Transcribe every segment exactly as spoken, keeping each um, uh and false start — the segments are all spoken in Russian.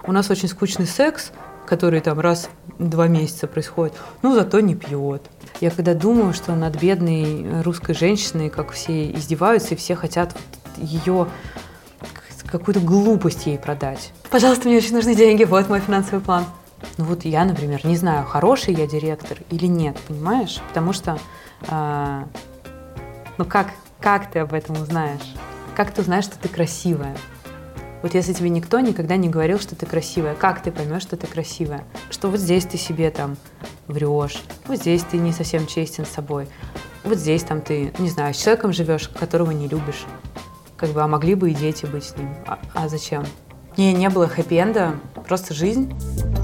у нас очень скучный секс, который там раз в два месяца происходит, ну зато не пьет. Я когда думаю, что над бедной русской женщиной, как все издеваются, и все хотят вот ее, какую-то глупость ей продать. Пожалуйста, мне очень нужны деньги, вот мой финансовый план. Ну вот я, например, не знаю, хороший я директор или нет, понимаешь? Потому что, э, ну как, как ты об этом узнаешь? Как ты узнаешь, что ты красивая? Вот если тебе никто никогда не говорил, что ты красивая, как ты поймешь, что ты красивая? Что вот здесь ты себе там врешь, вот здесь ты не совсем честен с собой, вот здесь там ты, не знаю, с человеком живешь, которого не любишь. Как бы, а могли бы и дети быть с ним. А, а зачем? Не, не было хэппи-энда, просто жизнь.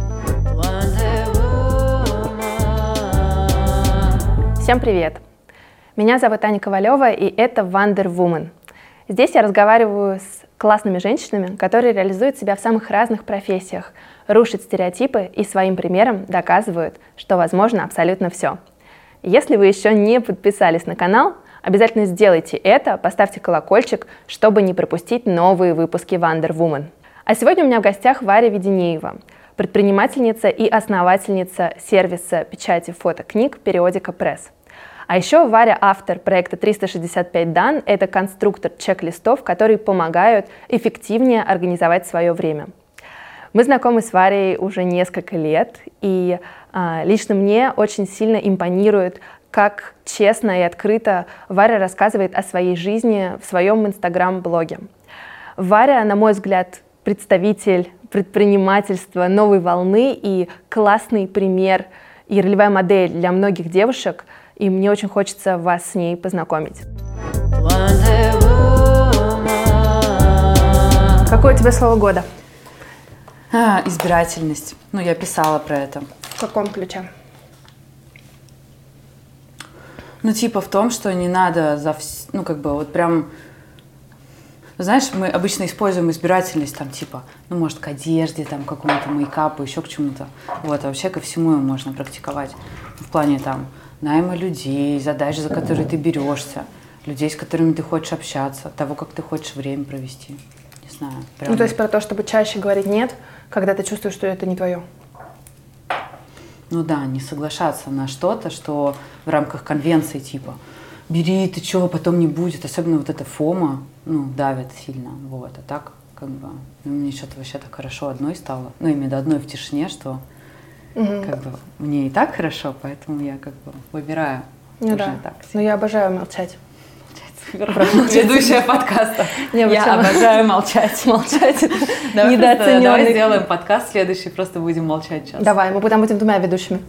Всем привет! Меня зовут Аня Ковалева, и это Wonder Woman. Здесь я разговариваю с классными женщинами, которые реализуют себя в самых разных профессиях, рушат стереотипы и своим примером доказывают, что возможно абсолютно все. Если вы еще не подписались на канал, обязательно сделайте это, поставьте колокольчик, чтобы не пропустить новые выпуски Wonder Woman. А сегодня у меня в гостях Варя Веденеева, предпринимательница и основательница сервиса печати фотокниг «Периодика Пресс». А еще Варя автор проекта триста шестьдесят пять дан, это конструктор чек-листов, которые помогают эффективнее организовать свое время. Мы знакомы с Варей уже несколько лет, и а, лично мне очень сильно импонирует, как честно и открыто Варя рассказывает о своей жизни в своем инстаграм-блоге. Варя, на мой взгляд, представитель предпринимательства новой волны и классный пример и ролевая модель для многих девушек, и мне очень хочется вас с ней познакомить. Какое у тебя слово года? А, избирательность. Ну, я писала про это. В каком ключе? Ну, типа в том, что не надо за вс... ну, как бы вот прям... Знаешь, мы обычно используем избирательность там типа, ну, может, к одежде, там, к какому-то мейкапу, еще к чему-то. Вот, а вообще ко всему ее можно практиковать. В плане там найма людей, задач, за которые ты берешься, людей, с которыми ты хочешь общаться, того, как ты хочешь время провести. Не знаю. Прям... Ну, то есть про то, чтобы чаще говорить «нет», когда ты чувствуешь, что это не твое. Ну да, не соглашаться на что-то, что в рамках конвенции типа «бери, ты чего, потом не будет». Особенно вот эта фома, ну, давит сильно. Вот, а так, как бы, ну, мне что-то вообще так хорошо одной стало. Ну, именно одной в тишине, что угу. как бы мне и так хорошо, поэтому я как бы выбираю ну, уже да. так. Но я обожаю молчать. Ведущая подкаста. Я обожаю молчать. Молчать. Недооцененный. Давай сделаем подкаст следующий, просто будем молчать час. Давай, мы потом будем двумя ведущими.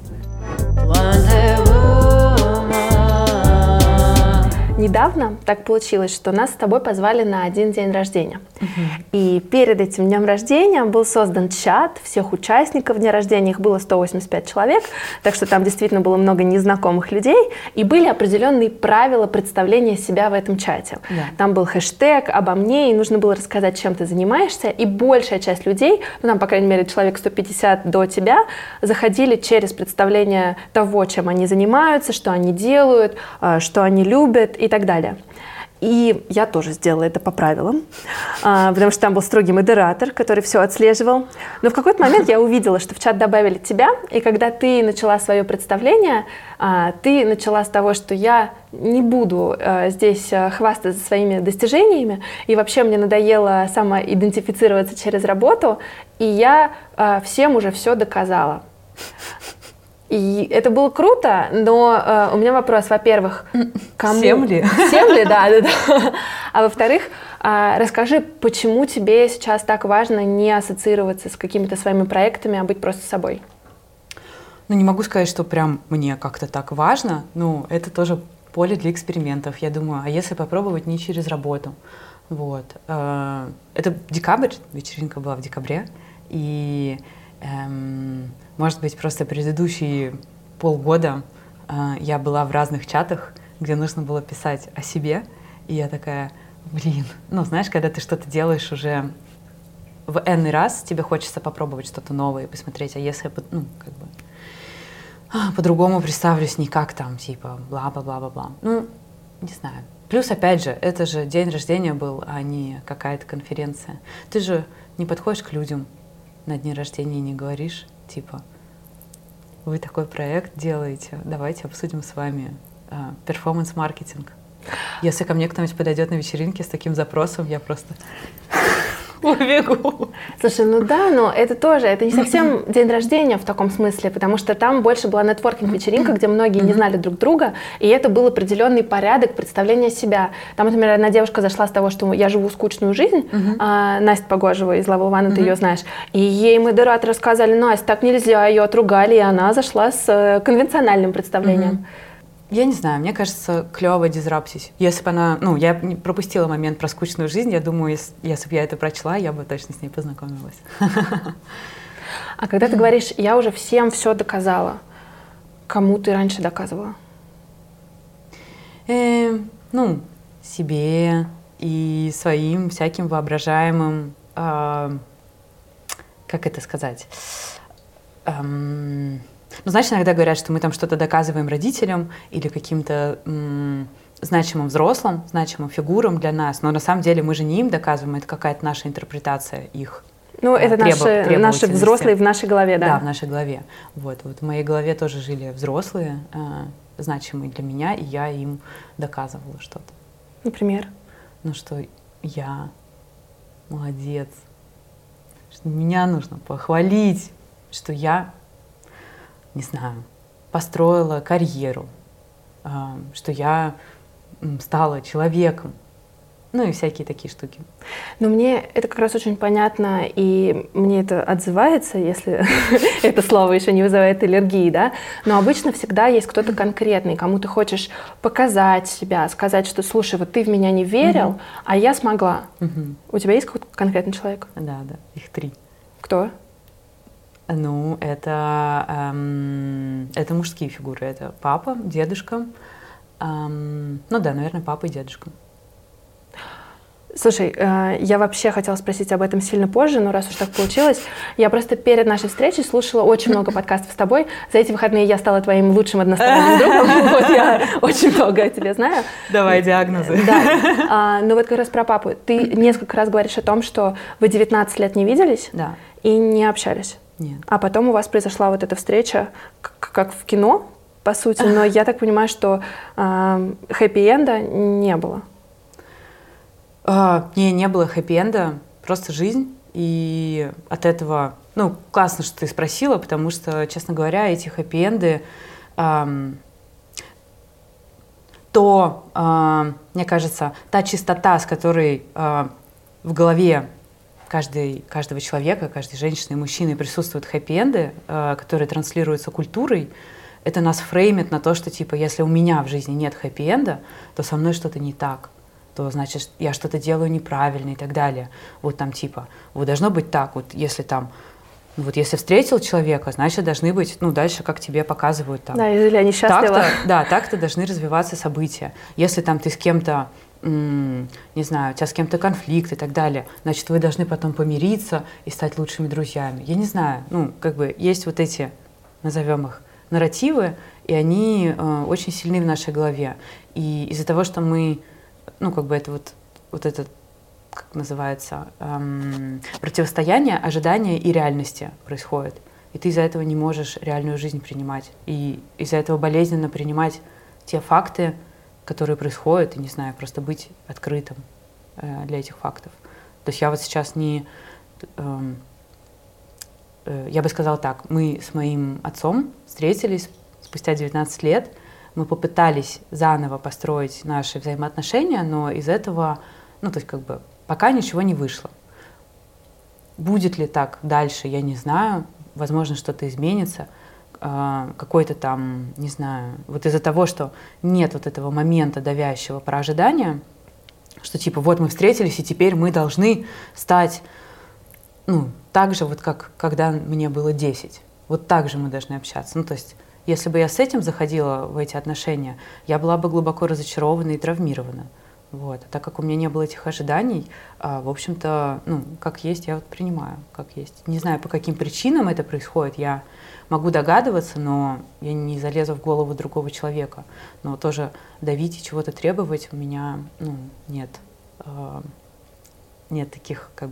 Недавно так получилось, что нас с тобой позвали на один день рождения. Uh-huh. И перед этим днем рождения был создан чат всех участников дня рождения. Их было сто восемьдесят пять человек, так что там действительно было много незнакомых людей. И были определенные правила представления себя в этом чате. Yeah. Там был хэштег «Обо мне», и нужно было рассказать, чем ты занимаешься. И большая часть людей, ну там, по крайней мере, человек сто пятьдесят до тебя, заходили через представление того, чем они занимаются, что они делают, что они любят и так далее. И я тоже сделала это по правилам, потому что там был строгий модератор, который все отслеживал. Но в какой-то момент я увидела, что в чат добавили тебя, и когда ты начала свое представление, ты начала с того, что я не буду здесь хвастаться своими достижениями, и вообще мне надоело самоидентифицироваться через работу, и я всем уже все доказала. И это было круто, но э, у меня вопрос, во-первых, кому... Всем ли? Всем ли, да, да, да. А во-вторых, э, расскажи, почему тебе сейчас так важно не ассоциироваться с какими-то своими проектами, а быть просто собой? Ну, не могу сказать, что прям мне как-то так важно, но это тоже поле для экспериментов. Я думаю, а если попробовать не через работу? Вот. Э, это декабрь, вечеринка была в декабре, и... Эм, может быть, просто предыдущие полгода э, я была в разных чатах, где нужно было писать о себе, и я такая, блин, ну, знаешь, когда ты что-то делаешь уже в энный раз, тебе хочется попробовать что-то новое и посмотреть, а если я, ну, как бы, а, по-другому представлюсь, не как там, типа, бла-бла-бла-бла-бла. Ну, не знаю. Плюс, опять же, это же день рождения был, а не какая-то конференция. Ты же не подходишь к людям. на дне рождения не говоришь, типа, вы такой проект делаете, давайте обсудим с вами а, перформанс-маркетинг. Если ко мне кто-нибудь подойдет на вечеринке с таким запросом, я просто убегу. Слушай, ну да, но это тоже, это не совсем день рождения в таком смысле, потому что там больше была нетворкинг-вечеринка, где многие не знали друг друга, и это был определенный порядок представления себя. Там, например, одна девушка зашла с того, что я живу скучную жизнь, uh-huh. а, Настя Погожева из Level One, uh-huh. ты ее знаешь, и ей модераторы сказали: Настя, так нельзя, ее отругали, и она зашла с э, конвенциональным представлением. Uh-huh. Я не знаю, мне кажется, клево дизраптить. Если бы она, ну, я пропустила момент про скучную жизнь, я думаю, если, если бы я это прочла, я бы точно с ней познакомилась. А когда ты говоришь, я уже всем все доказала, кому ты раньше доказывала? Э, ну, себе и своим всяким воображаемым, э, как это сказать, эм, ну, знаешь, иногда говорят, что мы там что-то доказываем родителям или каким-то м, значимым взрослым, значимым фигурам для нас, но на самом деле мы же не им доказываем, это какая-то наша интерпретация их. Ну, это требов, наши, наши взрослые в нашей голове, да? Да, в нашей голове. Вот, вот в моей голове тоже жили взрослые, э, значимые для меня, и я им доказывала что-то. Например? Ну, что я молодец, что меня нужно похвалить, что я, не знаю, построила карьеру, что я стала человеком, ну и всякие такие штуки. Но мне это как раз очень понятно, и мне это отзывается, если это слово еще не вызывает аллергии, да, но обычно всегда есть кто-то конкретный, кому ты хочешь показать себя, сказать, что, слушай, вот ты в меня не верил, угу. а я смогла. Угу. У тебя есть какой-то конкретный человек? Да, да, их три. Кто? Ну, это, эм, это мужские фигуры. Это папа, дедушка. Эм, ну да, наверное, папа и дедушка. Слушай, э, я вообще хотела спросить об этом сильно позже, но раз уж так получилось, я просто перед нашей встречей слушала очень много подкастов с тобой. За эти выходные я стала твоим лучшим односторонним другом. Вот я очень много о тебе знаю. Давай диагнозы. Да. А, ну вот как раз про папу. Ты несколько раз говоришь о том, что вы девятнадцать лет не виделись да. и не общались. Нет. А потом у вас произошла вот эта встреча, как в кино, по сути, но я так понимаю, что э, хэппи-энда не было. А, не, не было хэппи-энда, просто жизнь. И от этого, ну, классно, что ты спросила, потому что, честно говоря, эти хэппи-энды, эм, то, э, мне кажется, та чистота, с которой э, в голове Каждый, каждого человека, каждой женщины и мужчины присутствуют хэппи-энды, э, которые транслируются культурой, это нас фреймит на то, что типа, если у меня в жизни нет хэппи-энда, то со мной что-то не так, то значит, я что-то делаю неправильно и так далее. Вот там типа, вот должно быть так, вот если там, вот если встретил человека, значит, должны быть, ну, дальше, как тебе показывают там. Да, если я несчастлива. Так-то, да, так-то должны развиваться события. Если там ты с кем-то, не знаю, у тебя с кем-то конфликт и так далее, значит, вы должны потом помириться и стать лучшими друзьями. Я не знаю, ну, как бы есть вот эти, назовем их, нарративы, и они э, очень сильны в нашей голове. И из-за того, что мы, ну, как бы это вот, вот это, как называется, эм, противостояние ожидания и реальности происходит. И ты из-за этого не можешь реальную жизнь принимать. И из-за этого болезненно принимать те факты, которые происходят, и, не знаю, просто быть открытым э, для этих фактов. То есть я вот сейчас не... Э, э, я бы сказала так, мы с моим отцом встретились спустя девятнадцать лет, мы попытались заново построить наши взаимоотношения, но из этого, ну, то есть как бы пока ничего не вышло. Будет ли так дальше, я не знаю, возможно, что-то изменится, какой-то там, не знаю, вот из-за того, что нет вот этого момента давящего про ожидания, что типа вот мы встретились, и теперь мы должны стать, ну, так же, вот как когда мне было десять. Вот так же мы должны общаться. Ну, то есть, если бы я с этим заходила в эти отношения, я была бы глубоко разочарована и травмирована. Вот. А так как у меня не было этих ожиданий, в общем-то, ну, как есть, я вот принимаю, как есть. Не знаю, по каким причинам это происходит, я могу догадываться, но я не залезу в голову другого человека. Но тоже давить и чего-то требовать у меня, ну, нет, нет таких, как бы,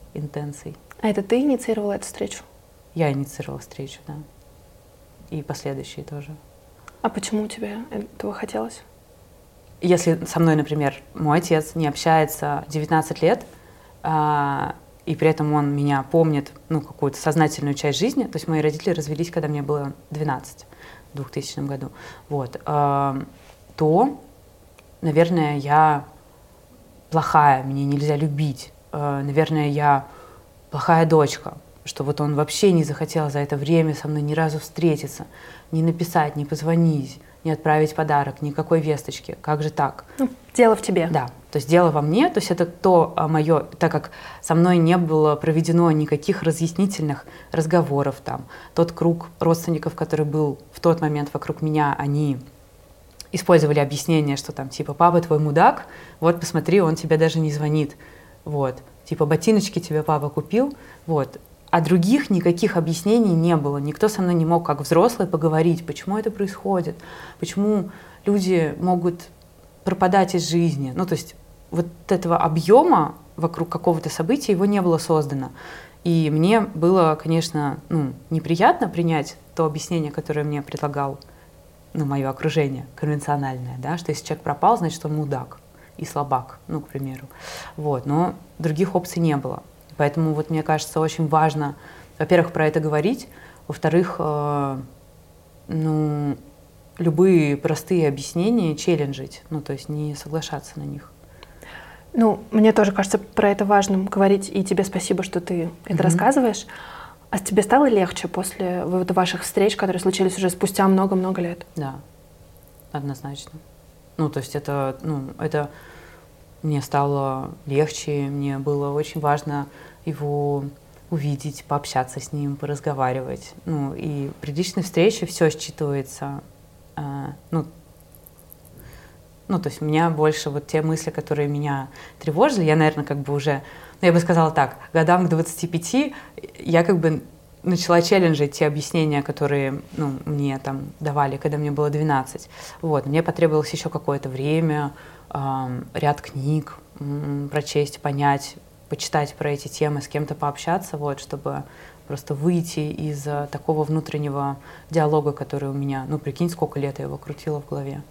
интенций. А это ты инициировала эту встречу? Я инициировала встречу, да. И последующие тоже. А почему тебе этого хотелось? Если со мной, например, мой отец не общается девятнадцать лет, а, и при этом он меня помнит, ну, какую-то сознательную часть жизни, то есть мои родители развелись, когда мне было двенадцать, в двухтысячном году, вот, а, то, наверное, я плохая, мне нельзя любить, а, наверное, я плохая дочка, что вот он вообще не захотел за это время со мной ни разу встретиться, не написать, не позвонить, не отправить подарок, никакой весточки. Как же так? Ну, дело в тебе. Да, то есть дело во мне, то есть это то мое, так как со мной не было проведено никаких разъяснительных разговоров там. Тот круг родственников, который был в тот момент вокруг меня, они использовали объяснение, что там типа папа твой мудак, вот посмотри, он тебе даже не звонит, вот, типа ботиночки тебе папа купил, вот. А других никаких объяснений не было. Никто со мной не мог, как взрослый, поговорить, почему это происходит, почему люди могут пропадать из жизни. Ну, то есть вот этого объема вокруг какого-то события его не было создано. И мне было, конечно, ну, неприятно принять то объяснение, которое мне предлагал, ну, мое окружение конвенциональное, да, что если человек пропал, значит, он мудак и слабак, ну, к примеру. Вот. Но других опций не было. Поэтому вот мне кажется, очень важно, во-первых, про это говорить, во-вторых, э, ну, любые простые объяснения челленджить, ну, то есть не соглашаться на них. Ну, мне тоже кажется про это важным говорить, и тебе спасибо, что ты это mm-hmm. рассказываешь. А тебе стало легче после вот ваших встреч, которые случились уже спустя много-много лет? Да, однозначно. Ну, то есть это, ну, это мне стало легче, мне было очень важно его увидеть, пообщаться с ним, поразговаривать. Ну, и при личной встрече все считывается. Э, ну, ну, то есть у меня больше вот те мысли, которые меня тревожили, я, наверное, как бы уже, ну, я бы сказала так, годам к двадцати пяти я как бы начала челленджить те объяснения, которые, ну, мне там давали, когда мне было двенадцать. Вот, мне потребовалось еще какое-то время, э, ряд книг э, прочесть, понять, почитать про эти темы, с кем-то пообщаться, вот, чтобы просто выйти из uh, такого внутреннего диалога, который у меня, ну, прикинь, сколько лет я его крутила в голове.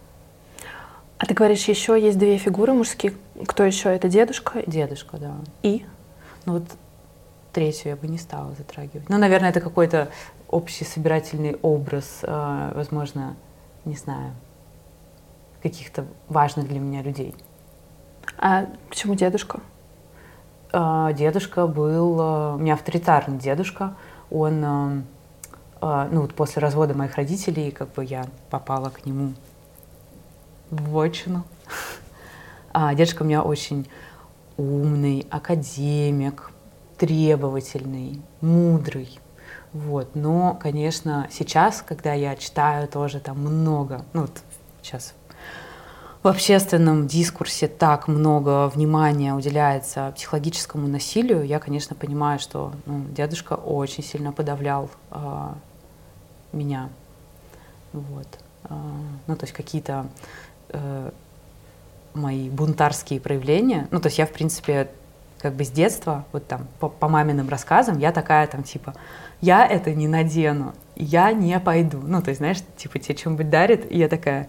А ты говоришь, еще есть две фигуры мужские. Кто еще? Это дедушка? Дедушка, да. И? Ну вот третью я бы не стала затрагивать. Ну, наверное, это какой-то общий собирательный образ, uh, возможно, не знаю, каких-то важных для меня людей. А почему дедушка? Дедушка был, у меня авторитарный дедушка, он, ну вот после развода моих родителей, как бы я попала к нему в вотчину. Дедушка у меня очень умный, академик, требовательный, мудрый, вот. Но, конечно, сейчас, когда я читаю тоже там много, ну вот сейчас в общественном дискурсе так много внимания уделяется психологическому насилию, я, конечно, понимаю, что, ну, дедушка очень сильно подавлял э, меня. Вот. Э, ну, то есть какие-то э, мои бунтарские проявления. Ну, то есть я, в принципе, как бы с детства, вот там, по, по маминым рассказам, я такая там, типа, я это не надену, я не пойду. Ну, то есть, знаешь, типа, тебе что-нибудь дарит, и я такая...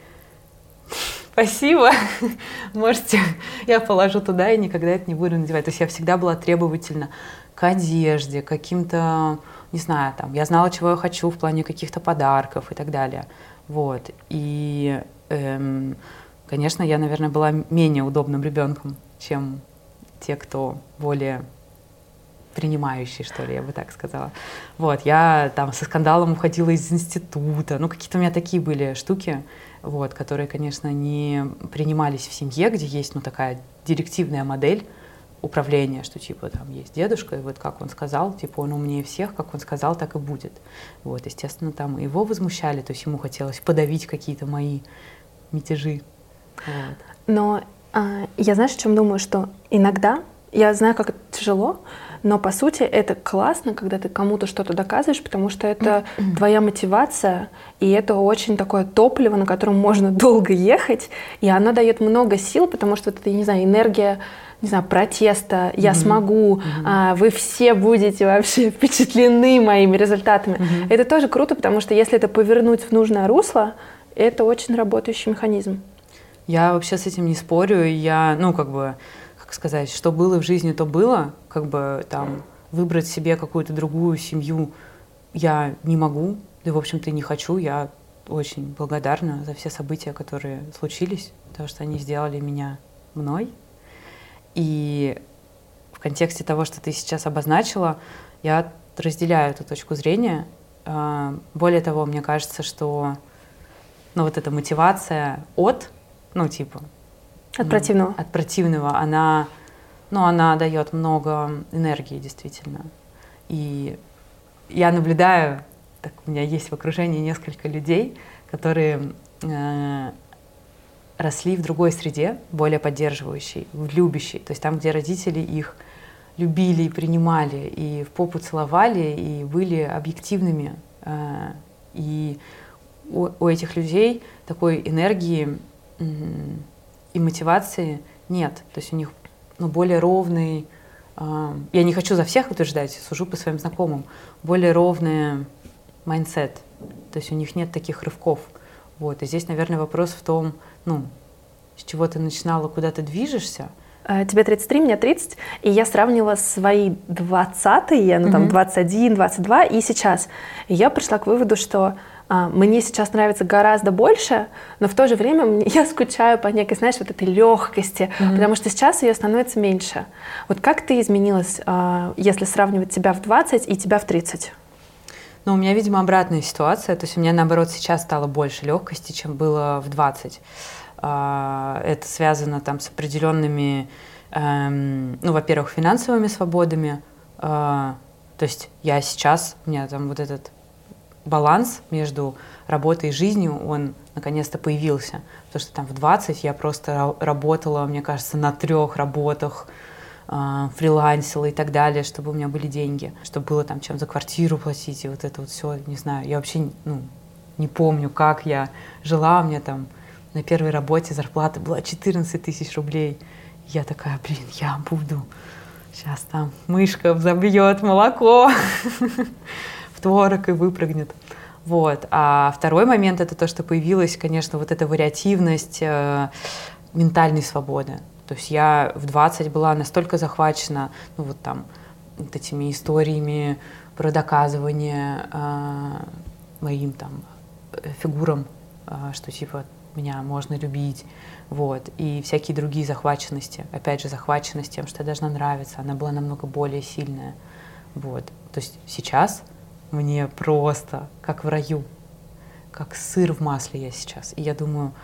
Спасибо, можете, я положу туда и никогда это не буду надевать. То есть я всегда была требовательна к одежде, к каким-то, не знаю, там, я знала, чего я хочу в плане каких-то подарков и так далее. Вот. И, эм, конечно, я, наверное, была менее удобным ребенком, чем те, кто более принимающий, что ли, я бы так сказала. Вот. Я там со скандалом уходила из института, ну, какие-то у меня такие были штуки, вот, которые, конечно, не принимались в семье, где есть, ну, такая директивная модель управления, что, типа, там есть дедушка, и вот как он сказал, типа, он умнее всех, как он сказал, так и будет. Вот, естественно, там его возмущали, то есть ему хотелось подавить какие-то мои мятежи. Вот. Но а, я, знаешь, о чем думаю, что иногда, я знаю, как, тяжело, но по сути это классно, когда ты кому-то что-то доказываешь, потому что это твоя мотивация, и это очень такое топливо, на котором можно долго ехать, и оно дает много сил, потому что это, я не знаю, энергия, не знаю, протеста, я mm-hmm. смогу, mm-hmm. А, вы все будете вообще впечатлены моими результатами. Mm-hmm. Это тоже круто, потому что если это повернуть в нужное русло, это очень работающий механизм. Я вообще с этим не спорю, я, ну, как бы, как сказать, что было в жизни, то было, как бы, там, выбрать себе какую-то другую семью я не могу, да, в общем-то, и не хочу, я очень благодарна за все события, которые случились, потому что они сделали меня мной. И в контексте того, что ты сейчас обозначила, я разделяю эту точку зрения. Более того, мне кажется, что ну, вот эта мотивация от, ну, типа... От противного. От противного, она, ну, она дает много энергии, действительно. И я наблюдаю, так, у меня есть в окружении несколько людей, которые... росли в другой среде, более поддерживающей, любящей. То есть там, где родители их любили и принимали, и в попу целовали, и были объективными. И у, у этих людей такой энергии и мотивации нет. То есть у них ну, более ровный, я не хочу за всех утверждать, сужу по своим знакомым, более ровный майндсет. То есть у них нет таких рывков. Вот. И здесь, наверное, вопрос в том, ну, с чего ты начинала, куда ты движешься. Тебе тридцать три, мне тридцать, и я сравнила свои двадцатые, ну там двадцать один, двадцать два и сейчас. И я пришла к выводу, что а, мне сейчас нравится гораздо больше, но в то же время мне, я скучаю по некой, знаешь, вот этой легкости, mm-hmm. потому что сейчас ее становится меньше. Вот как ты изменилась, а, если сравнивать тебя в двадцать и тебя в тридцать? Ну, у меня, видимо, обратная ситуация. То есть у меня, наоборот, сейчас стало больше легкости, чем было в двадцать. Это связано там с определенными, эм, ну, во-первых, финансовыми свободами. Э, то есть я сейчас, у меня там вот этот баланс между работой и жизнью, он наконец-то появился. Потому что там в двадцать я просто работала, мне кажется, на трех работах, фрилансила и так далее, чтобы у меня были деньги, чтобы было там чем за квартиру платить, и вот это вот все, не знаю, я вообще ну, не помню, как я жила, у меня там на первой работе зарплата была четырнадцать тысяч рублей, я такая, блин, я буду, сейчас там мышка забьет молоко в творог и выпрыгнет. Вот. А второй момент — это то, что появилась, конечно, вот эта вариативность э, ментальной свободы. То есть я в двадцать была настолько захвачена, ну вот там, вот этими историями про доказывание э, моим там фигурам, э, что типа меня можно любить, вот, и всякие другие захваченности. Опять же, захваченность тем, что я должна нравиться, она была намного более сильная, вот. То есть сейчас мне просто как в раю, как сыр в масле я сейчас. И я думаю,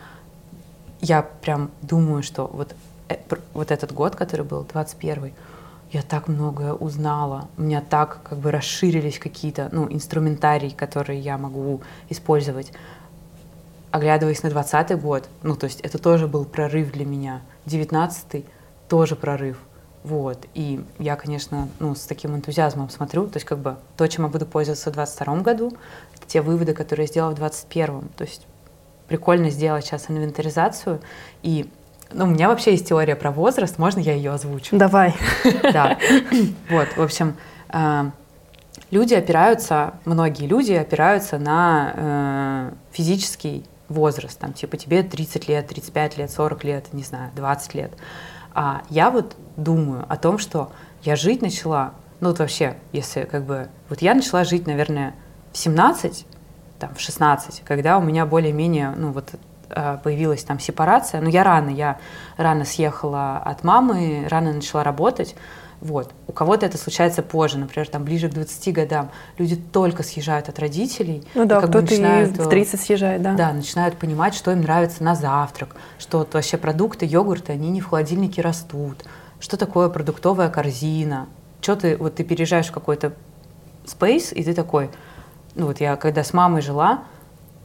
я прям думаю, что вот вот этот год, который был, двадцать первый, я так многое узнала, у меня так как бы расширились какие-то, ну, инструментарий, которые я могу использовать. Оглядываясь на двадцатый год, ну, то есть это тоже был прорыв для меня, девятнадцатый тоже прорыв, вот. И я, конечно, ну, с таким энтузиазмом смотрю, то есть как бы то, чем я буду пользоваться в двадцать втором году, это те выводы, которые я сделала в двадцать первом, то есть прикольно сделать сейчас инвентаризацию. И ну, у меня вообще есть теория про возраст, можно я ее озвучу? Давай. Да. Вот, в общем, э, люди опираются, многие люди опираются на э, физический возраст. Там, типа, тебе тридцать лет, тридцать пять лет, сорок лет, не знаю, двадцать лет. А я вот думаю о том, что я жить начала, ну вот вообще, если как бы, вот я начала жить, наверное, в семнадцать, там, в шестнадцать, когда у меня более-менее, ну вот, появилась там сепарация, но я рано, я рано съехала от мамы, рано начала работать, вот. У кого-то это случается позже, например, там ближе к двадцати годам. Люди только съезжают от родителей. Ну да, кто-то и в тридцать съезжает, да. Да, начинают понимать, что им нравится на завтрак, что вот вообще продукты, йогурты, они не в холодильнике растут, что такое продуктовая корзина, что ты, вот ты переезжаешь в какой-то спейс, и ты такой, ну вот я когда с мамой жила,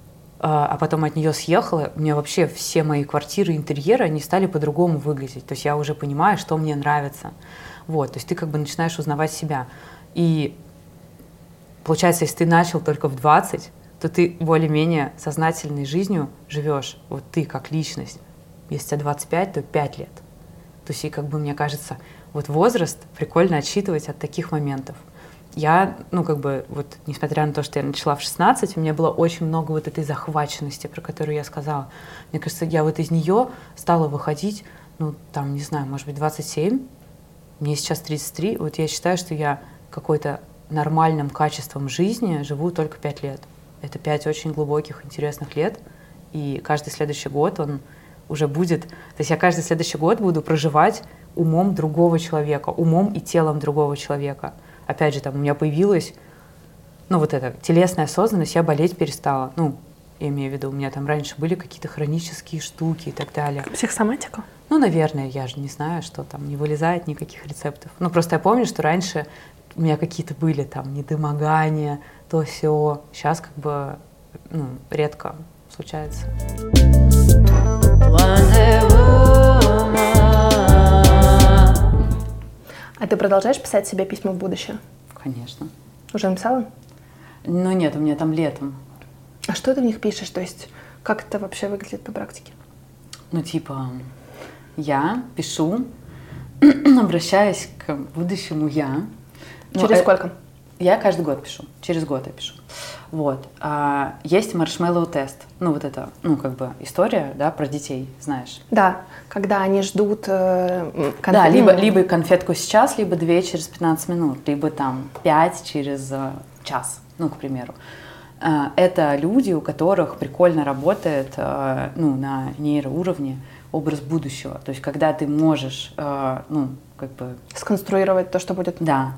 а потом от нее съехала, у меня вообще все мои квартиры, интерьеры, они стали по-другому выглядеть. То есть я уже понимаю, что мне нравится. Вот, то есть ты как бы начинаешь узнавать себя. И получается, если ты начал только в двадцать, то ты более-менее сознательной жизнью живешь. Вот ты как личность. Если тебе двадцать пять, то пять лет. То есть, и как бы мне кажется, вот возраст прикольно отсчитывать от таких моментов. Я, ну, как бы, вот, несмотря на то, что я начала в шестнадцать, у меня было очень много вот этой захваченности, про которую я сказала. Мне кажется, я вот из нее стала выходить, ну, там, не знаю, может быть, двадцать семь, мне сейчас тридцать три, вот я считаю, что я какой-то нормальным качеством жизни живу только пять лет. Это пять очень глубоких, интересных лет, и каждый следующий год он уже будет... То есть я каждый следующий год буду проживать умом другого человека, умом и телом другого человека. Опять же, там у меня появилась, ну, вот эта телесная осознанность, я болеть перестала. Ну, я имею в виду, у меня там раньше были какие-то хронические штуки и так далее. Психосоматика? Ну, наверное, я же не знаю, что там не вылезает никаких рецептов. Ну, просто я помню, что раньше у меня какие-то были там недомогания, то все. Сейчас как бы, ну, редко случается. А ты продолжаешь писать себе письма в будущее? Конечно. Уже написала? Ну нет, у меня там летом. А что ты в них пишешь? То есть как это вообще выглядит на практике? Ну типа, я пишу, обращаясь к будущему я. Через ну, сколько? Я каждый год пишу, через год я пишу. Вот. А, есть маршмеллоу-тест. Ну, вот это, ну, как бы история, да, про детей, знаешь. Да, когда они ждут э, конфетку. Да, либо, либо конфетку сейчас, либо две через пятнадцать минут, либо там пять через э, час, ну, к примеру. Э, это люди, у которых прикольно работает, э, ну, на нейроуровне образ будущего. То есть, когда ты можешь, э, ну, как бы... сконструировать то, что будет. Да.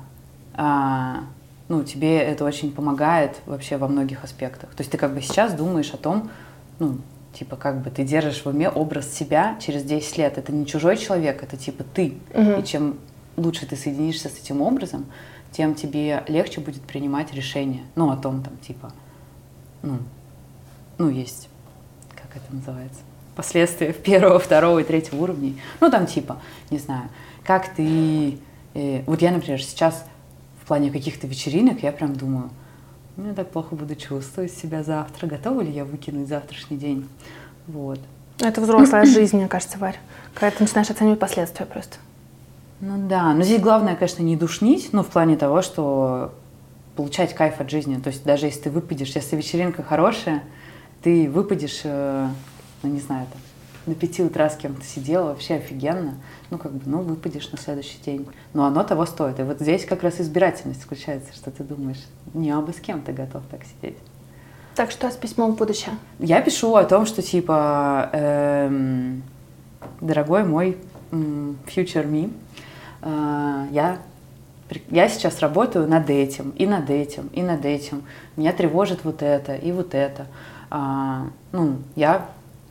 Э, ну, тебе это очень помогает вообще во многих аспектах. То есть ты как бы сейчас думаешь о том, ну, типа, как бы ты держишь в уме образ себя через десять лет. Это не чужой человек, это типа ты. Угу. И чем лучше ты соединишься с этим образом, тем тебе легче будет принимать решения. Ну, о том, там, типа, ну, ну, есть, как это называется, последствия первого, второго и третьего уровней. Ну, там, типа, не знаю, как ты... Э, вот я, например, сейчас... В плане каких-то вечеринок я прям думаю, я так плохо буду чувствовать себя завтра, готова ли я выкинуть завтрашний день. Вот. Это взрослая жизнь, мне кажется, Варь. Когда ты начинаешь оценивать последствия просто. Ну да, но здесь главное, конечно, не душнить, но в плане того, что получать кайф от жизни. То есть даже если ты выпадешь, если вечеринка хорошая, ты выпадешь, ну не знаю, там, до пяти утра с кем-то сидела, вообще офигенно. Ну, как бы, ну, выпадешь на следующий день. Но оно того стоит. И вот здесь как раз избирательность включается, что ты думаешь, не абы с кем ты готов так сидеть. Так, что с письмом в будущее? Я пишу о том, что, типа, эм, дорогой мой эм, future me, э, я, я сейчас работаю над этим, и над этим, и над этим. Меня тревожит вот это, и вот это. А, ну, я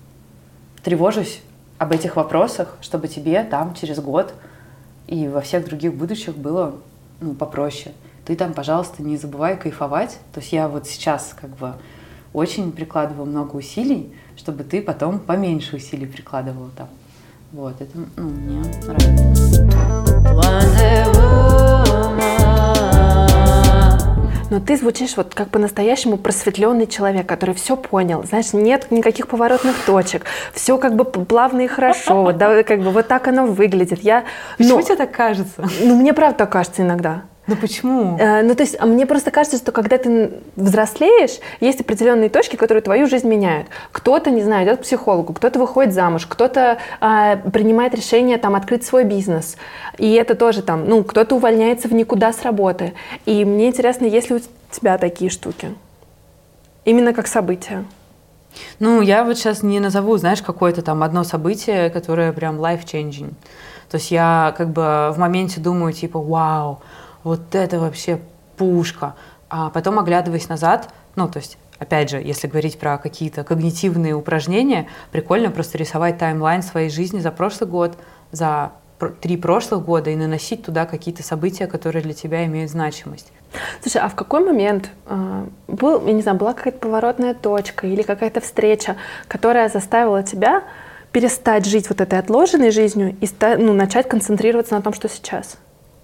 тревожусь об этих вопросах, чтобы тебе там через год и во всех других будущих было, ну, попроще. Ты там, пожалуйста, не забывай кайфовать. То есть я вот сейчас как бы очень прикладываю много усилий, чтобы ты потом поменьше усилий прикладывала там. Вот, это, ну, мне нравится. Но ты звучишь вот как по-настоящему просветленный человек, который все понял. Знаешь, нет никаких поворотных точек. Все как бы плавно и хорошо. Вот, да, как бы вот так оно выглядит. Я, Почему но, тебе так кажется? Ну, мне правда так кажется иногда. Ну почему? Э, ну, то есть, мне просто кажется, что когда ты взрослеешь, есть определенные точки, которые твою жизнь меняют. Кто-то, не знаю, идет к психологу, кто-то выходит замуж, кто-то э, принимает решение там открыть свой бизнес. И это тоже там, ну, кто-то увольняется в никуда с работы. И мне интересно, есть ли у тебя такие штуки? Именно как события. Ну, я вот сейчас не назову, знаешь, какое-то там одно событие, которое прям life-changing. То есть я как бы в моменте думаю, типа, вау, вот это вообще пушка. А потом, оглядываясь назад, ну, то есть, опять же, если говорить про какие-то когнитивные упражнения, прикольно просто рисовать таймлайн своей жизни за прошлый год, за три прошлых года и наносить туда какие-то события, которые для тебя имеют значимость. Слушай, а в какой момент э, был, я не знаю, была какая-то поворотная точка или какая-то встреча, которая заставила тебя перестать жить вот этой отложенной жизнью и ста- ну, начать концентрироваться на том, что сейчас?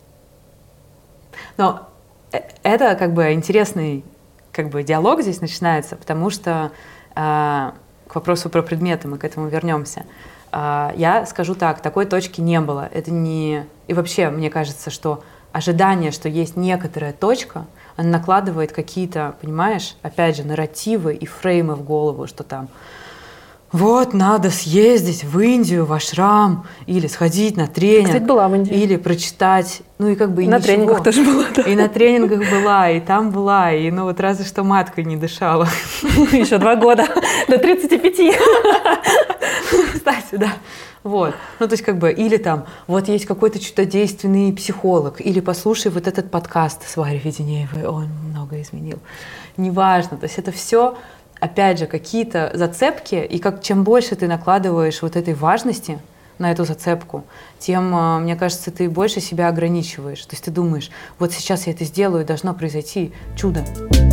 Но это как бы интересный как бы диалог здесь начинается, потому что э, к вопросу про предметы мы к этому вернемся. Э, я скажу так, такой точки не было. Это не... И вообще, мне кажется, что ожидание, что есть некоторая точка, она накладывает какие-то, понимаешь, опять же, нарративы и фреймы в голову, что там вот, надо съездить в Индию, в ашрам, или сходить на тренинг. Кстати, была в Индии. Или прочитать, ну и как бы и на ничего. тренингах тоже была, да. И на тренингах была, и там была, и ну вот разве что маткой не дышала. Еще два года, до тридцати пяти. Кстати, да. Вот. Ну, то есть, как бы, или там, вот есть какой-то чудодейственный психолог, или послушай вот этот подкаст с Варей Веденеевой, он много изменил. Неважно. То есть, это все, опять же, какие-то зацепки, и как, чем больше ты накладываешь вот этой важности на эту зацепку, тем, мне кажется, ты больше себя ограничиваешь. То есть, ты думаешь, вот сейчас я это сделаю, должно произойти чудо.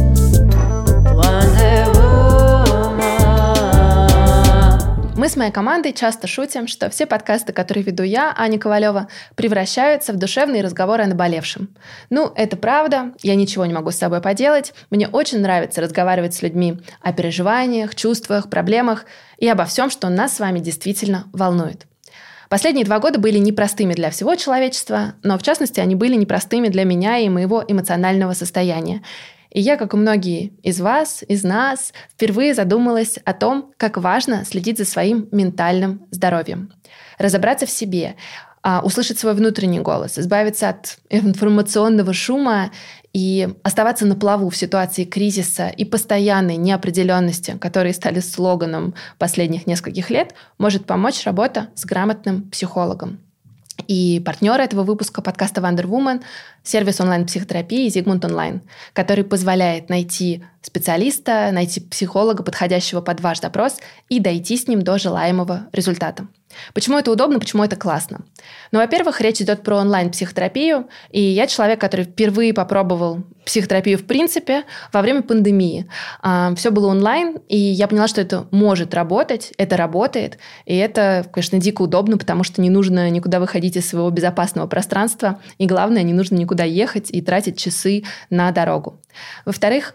Мы с моей командой часто шутим, что все подкасты, которые веду я, Аня Ковалева, превращаются в душевные разговоры о наболевшем. Ну, это правда, я ничего не могу с собой поделать. Мне очень нравится разговаривать с людьми о переживаниях, чувствах, проблемах и обо всем, что нас с вами действительно волнует. Последние два года были непростыми для всего человечества, но в частности они были непростыми для меня и моего эмоционального состояния. И я, как и многие из вас, из нас, впервые задумалась о том, как важно следить за своим ментальным здоровьем. Разобраться в себе, услышать свой внутренний голос, избавиться от информационного шума и оставаться на плаву в ситуации кризиса и постоянной неопределенности, которые стали слоганом последних нескольких лет, может помочь работа с грамотным психологом. И партнер этого выпуска подкаста Wonder Woman – сервис онлайн-психотерапии Zigmund Online, который позволяет найти специалиста, найти психолога, подходящего под ваш запрос, и дойти с ним до желаемого результата. Почему это удобно, почему это классно? Ну, во-первых, речь идет про онлайн-психотерапию, и я человек, который впервые попробовал психотерапию в принципе во время пандемии. Все было онлайн, и я поняла, что это может работать, это работает, и это, конечно, дико удобно, потому что не нужно никуда выходить из своего безопасного пространства, и главное, не нужно никуда ехать и тратить часы на дорогу. Во-вторых,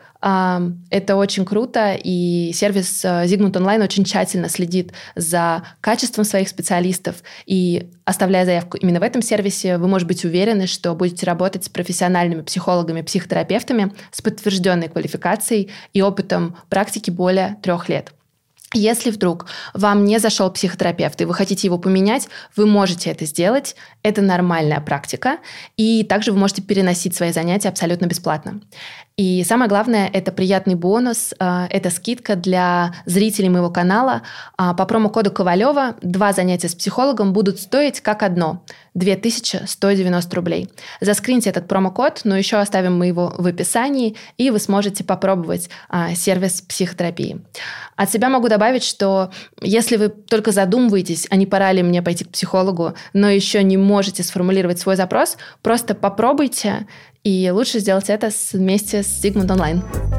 это очень круто, и сервис Zigmund Online очень тщательно следит за качеством своих специалистов, и оставляя заявку именно в этом сервисе, вы можете быть уверены, что будете работать с профессиональными психологами, психотерапевтами с подтвержденной квалификацией и опытом практики более трех лет. Если вдруг вам не зашел психотерапевт, и вы хотите его поменять, вы можете это сделать. Это нормальная практика. И также вы можете переносить свои занятия абсолютно бесплатно. И самое главное, это приятный бонус, это скидка для зрителей моего канала. По промокоду Ковалева два занятия с психологом будут стоить как одно – две тысячи сто девяносто рублей. Заскриньте этот промокод, но еще оставим мы его в описании, и вы сможете попробовать сервис психотерапии. От себя могу добавить, что если вы только задумываетесь, а не пора ли мне пойти к психологу, но еще не можете сформулировать свой запрос, просто попробуйте. И лучше сделать это вместе с Zigmund Online.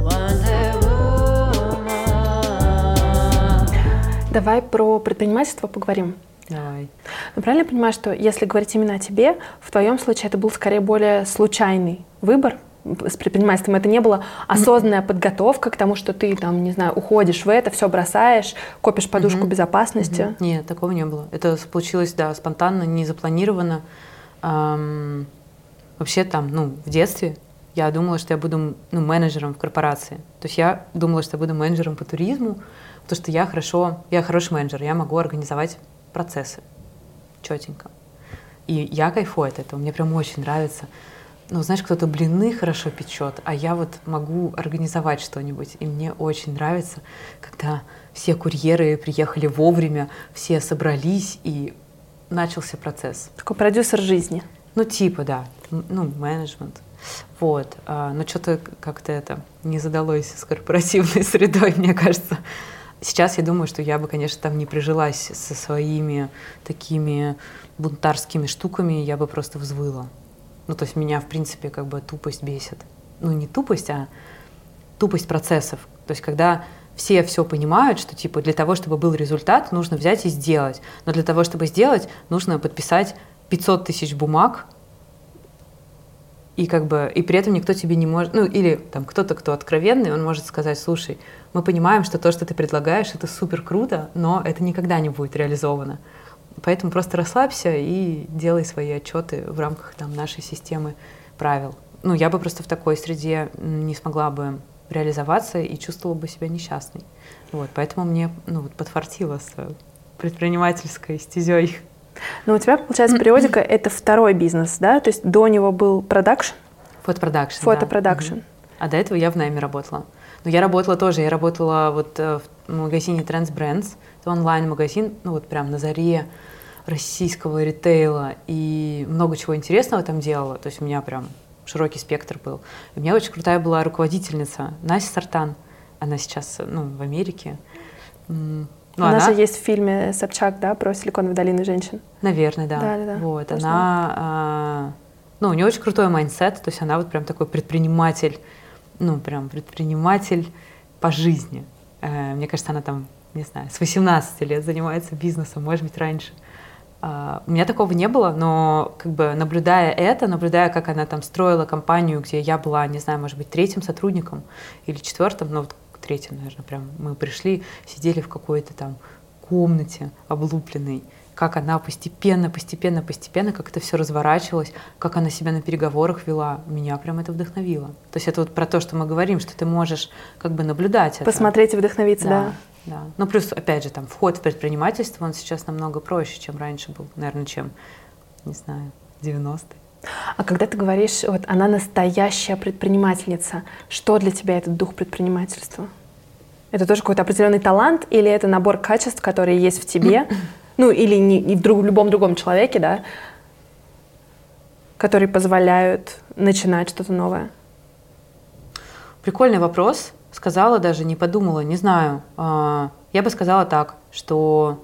Давай про предпринимательство поговорим. Давай. Ну, правильно я понимаю, что если говорить именно о тебе, в твоем случае это был скорее более случайный выбор с предпринимательством? Это не была осознанная mm-hmm. подготовка к тому, что ты, там, не знаю, уходишь в это, все бросаешь, копишь подушку mm-hmm. безопасности? Mm-hmm. Нет, такого не было. Это получилось, да, спонтанно, не запланировано. Эм... Вообще там, ну, в детстве я думала, что я буду, ну, менеджером в корпорации. То есть я думала, что я буду менеджером по туризму, потому что я хорошо, я хороший менеджер, я могу организовать процессы четенько. И я кайфую от этого, мне прям очень нравится. Ну, знаешь, кто-то блины хорошо печет, а я вот могу организовать что-нибудь. И мне очень нравится, когда все курьеры приехали вовремя, все собрались, и начался процесс. Такой продюсер жизни. Ну, типа, да. Ну, менеджмент. Вот. А, но что-то как-то это не задалось с корпоративной средой, мне кажется. сейчас я думаю, что я бы, конечно, там не прижилась со своими такими бунтарскими штуками, я бы просто взвыла. Ну, то есть меня, в принципе, как бы тупость бесит. Ну, не тупость, а тупость процессов. То есть когда все все понимают, что типа для того, чтобы был результат, нужно взять и сделать. Но для того, чтобы сделать, нужно подписать пятьсот тысяч бумаг, и как бы и при этом никто тебе не может, ну или там кто-то, кто откровенный, он может сказать: слушай, мы понимаем, что то, что ты предлагаешь, это супер круто, но это никогда не будет реализовано. Поэтому просто расслабься и делай свои отчеты в рамках там нашей системы правил. Ну, я бы просто в такой среде не смогла бы реализоваться и чувствовала бы себя несчастной. Вот, поэтому мне, ну, вот подфартило с предпринимательской стезей. Ну, у тебя, получается, периодика — это второй бизнес, да? То есть до него был продакшн? Фотопродакшн, Фотопродакшн. Да. А до этого я в найме работала. Но я работала тоже, я работала вот в магазине Trends Brands, это онлайн-магазин, ну вот прям на заре российского ритейла, и много чего интересного там делала, то есть у меня прям широкий спектр был. И у меня очень крутая была руководительница Настя Сартан, она сейчас, ну, в Америке. Ну, она, она же есть в фильме Собчак, да, про Силиконовую долину женщин. Наверное, да. Да, да, да. Вот, Точно. она, а, ну, у нее очень крутой майндсет, то есть она вот прям такой предприниматель, ну, прям предприниматель по жизни. Э, мне кажется, она там, не знаю, с восемнадцати лет занимается бизнесом, может быть, раньше. Uh, у меня такого не было, но как бы наблюдая это, наблюдая, как она там строила компанию, где я была, не знаю, может быть, третьим сотрудником или четвертым, ну вот третьим, наверное, прям мы пришли, сидели в какой-то там комнате облупленной, как она постепенно, постепенно, постепенно, как это все разворачивалось, как она себя на переговорах вела, меня прям это вдохновило. То есть это вот про то, что мы говорим, что ты можешь как бы наблюдать это. Посмотреть и вдохновиться, да. да. Да. Ну, плюс, опять же, там, вход в предпринимательство, он сейчас намного проще, чем раньше был, наверное, чем, не знаю, девяностые. А когда ты говоришь, вот она настоящая предпринимательница, что для тебя этот дух предпринимательства? Это тоже какой-то определенный талант или это набор качеств, которые есть в тебе, ну, или не, не в, друг, в любом другом человеке, да, которые позволяют начинать что-то новое? Прикольный вопрос. Сказала даже, не подумала, не знаю. Я бы сказала так, что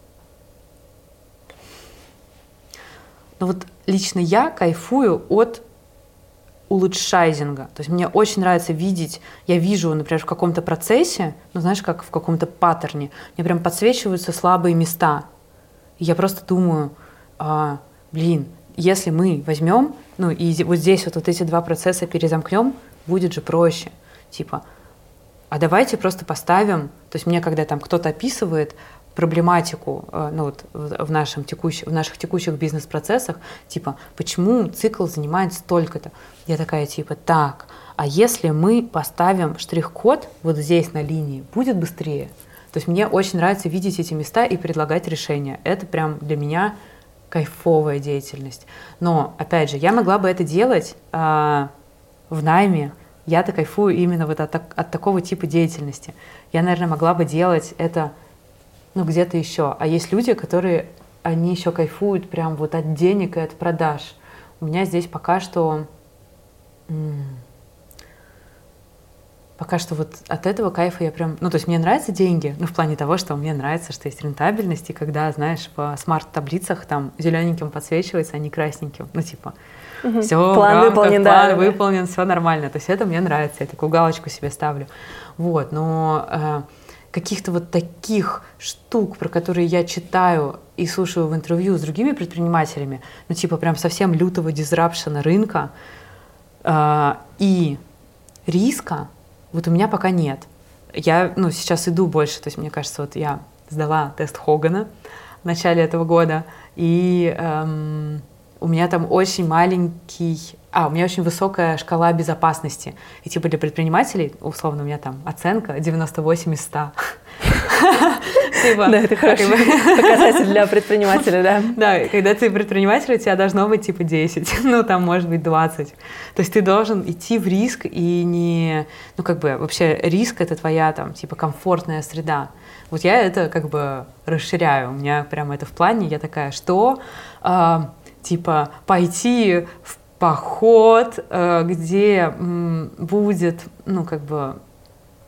ну вот лично я кайфую от улучшайзинга. То есть мне очень нравится видеть, я вижу, например, в каком-то процессе, ну знаешь, как в каком-то паттерне, мне прям подсвечиваются слабые места. И я просто думаю, а, блин, если мы возьмем, ну и вот здесь вот, вот эти два процесса перезамкнем, будет же проще. Типа, а давайте просто поставим, то есть мне, когда там кто-то описывает проблематику, ну вот в, нашем текущем, в наших текущих бизнес-процессах, типа, почему цикл занимает столько-то? Я такая, типа, так, а если мы поставим штрих-код вот здесь на линии, будет быстрее? То есть мне очень нравится видеть эти места и предлагать решения. Это прям для меня кайфовая деятельность. Но, опять же, я могла бы это делать а, в найме. Я-то кайфую именно вот от, от такого типа деятельности. Я, наверное, могла бы делать это, ну, где-то еще. А есть люди, которые, они еще кайфуют прям вот от денег и от продаж. У меня здесь пока что, м- пока что вот от этого кайфа я прям, ну, то есть мне нравятся деньги, ну, в плане того, что мне нравится, что есть рентабельность, и когда, знаешь, в смарт-таблицах там зелененьким подсвечивается, а не красненьким, ну, типа, Угу. все, план рамках, выполнен, план да, выполнен, да. Все нормально. То есть это мне нравится, я такую галочку себе ставлю. Вот, но э, каких-то вот таких штук, про которые я читаю и слушаю в интервью с другими предпринимателями, ну типа прям совсем лютого дизрапшена рынка э, и риска, вот у меня пока нет. Я, ну, сейчас иду больше, то есть мне кажется, вот я сдала тест Хогана в начале этого года, и эм, у меня там очень маленький, а, у меня очень высокая шкала безопасности. И типа для предпринимателей, условно, у меня там оценка девяносто восемь из ста. Да, это хороший показатель для предпринимателя, да. Да, когда ты предприниматель, у тебя должно быть типа десять, ну там может быть двадцать. То есть ты должен идти в риск и не, ну как бы вообще риск — это твоя там типа комфортная среда. Вот я это как бы расширяю, у меня прямо это в плане, я такая, что типа пойти в поход, где будет, ну, как бы,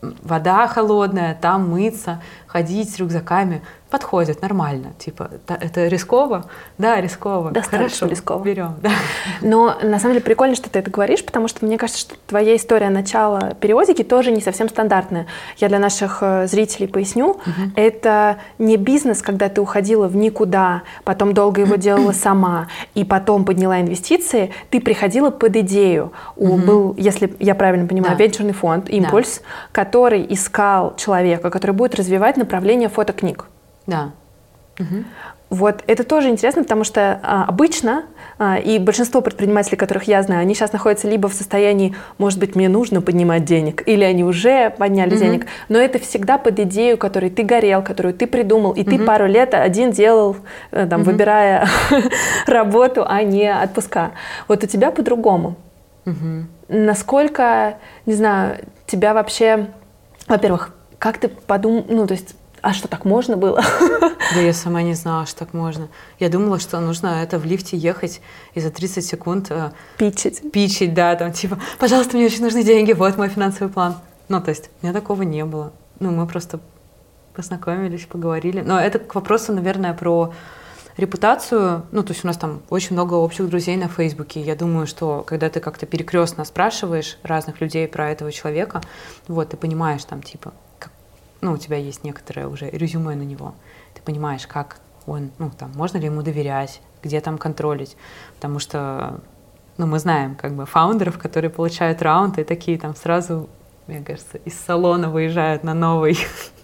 вода холодная, там мыться, ходить с рюкзаками. Подходит нормально. Типа, это рисково? Да, рисково. Достаточно Хорошо, рисково. Берем, да. Но на самом деле прикольно, что ты это говоришь, потому что мне кажется, что твоя история начала периодики тоже не совсем стандартная. Я для наших зрителей поясню. Угу. Это не бизнес, когда ты уходила в никуда, потом долго его делала сама, и потом подняла инвестиции. Ты приходила под идею. Угу. Был, если я правильно понимаю, да. венчурный фонд «Импульс», да. который искал человека, который будет развивать направление фотокниг. Да. Угу. Вот это тоже интересно, потому что а, обычно, а, и большинство предпринимателей, которых я знаю, они сейчас находятся либо в состоянии, может быть, мне нужно поднимать денег, или они уже подняли угу. денег, но это всегда под идею, которой ты горел, которую ты придумал, и угу. ты пару лет один делал, там, угу. выбирая работу, а не отпуска. Вот у тебя по-другому. Угу. Насколько, не знаю, тебя вообще, во-первых, как ты подумал, ну, то есть, а что, так можно было? Да я сама не знала, что так можно. Я думала, что нужно это в лифте ехать и за тридцать секунд... Э, Питчить. Питчить, да, там типа, пожалуйста, мне очень нужны деньги, вот мой финансовый план. Ну, то есть, у меня такого не было. Ну, мы просто познакомились, поговорили. Но это к вопросу, наверное, про репутацию. Ну, то есть у нас там очень много общих друзей на Фейсбуке. Я думаю, что когда ты как-то перекрестно спрашиваешь разных людей про этого человека, вот, ты понимаешь там, типа, ну, у тебя есть некоторое уже резюме на него. Ты понимаешь, как он, ну, там, можно ли ему доверять, где там контролить. Потому что, ну, мы знаем, как бы, фаундеров, которые получают раунд и такие там сразу, мне кажется, из салона выезжают на новой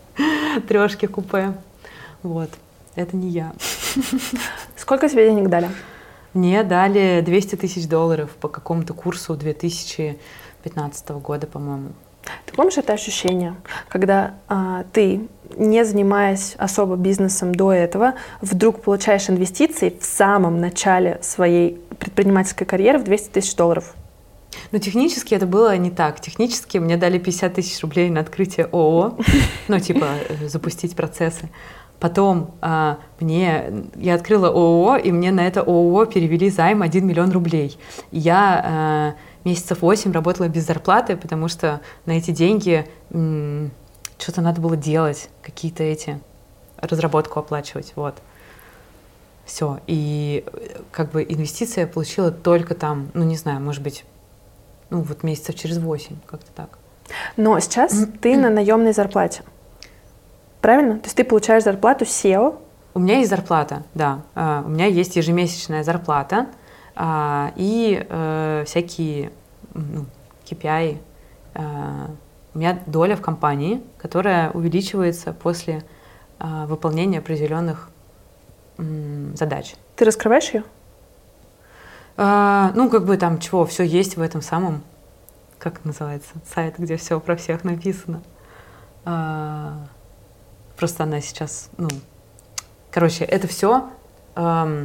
трешке купе. Вот. Это не я. Сколько тебе денег дали? Мне дали двести тысяч долларов по какому-то курсу две тысячи пятнадцатого года, по-моему. Ты помнишь это ощущение, когда а, ты, не занимаясь особо бизнесом до этого, вдруг получаешь инвестиции в самом начале своей предпринимательской карьеры в двести тысяч долларов? Ну, технически это было не так. Технически мне дали пятьдесят тысяч рублей на открытие ООО, ну, типа, запустить процессы. Потом а, мне, я открыла ООО, и мне на это ООО перевели займ один миллион рублей. И я... А, месяцев восемь работала без зарплаты, потому что на эти деньги м- что-то надо было делать, какие-то эти, разработку оплачивать, вот. Все. И как бы инвестиции я получила только там, ну не знаю, может быть, ну вот месяцев через восемь, как-то так. Но сейчас mm-hmm. ты на наемной зарплате, правильно? То есть ты получаешь зарплату сео? У меня есть зарплата, да. Uh, у меня есть ежемесячная зарплата, А, и э, всякие ну, кей пи ай. А, у меня доля в компании, которая увеличивается после а, выполнения определенных м, задач. Ты раскрываешь ее? А, ну, как бы там чего, все есть в этом самом, как называется, сайт, где все про всех написано. А, просто она сейчас, ну, короче, это все... Эм,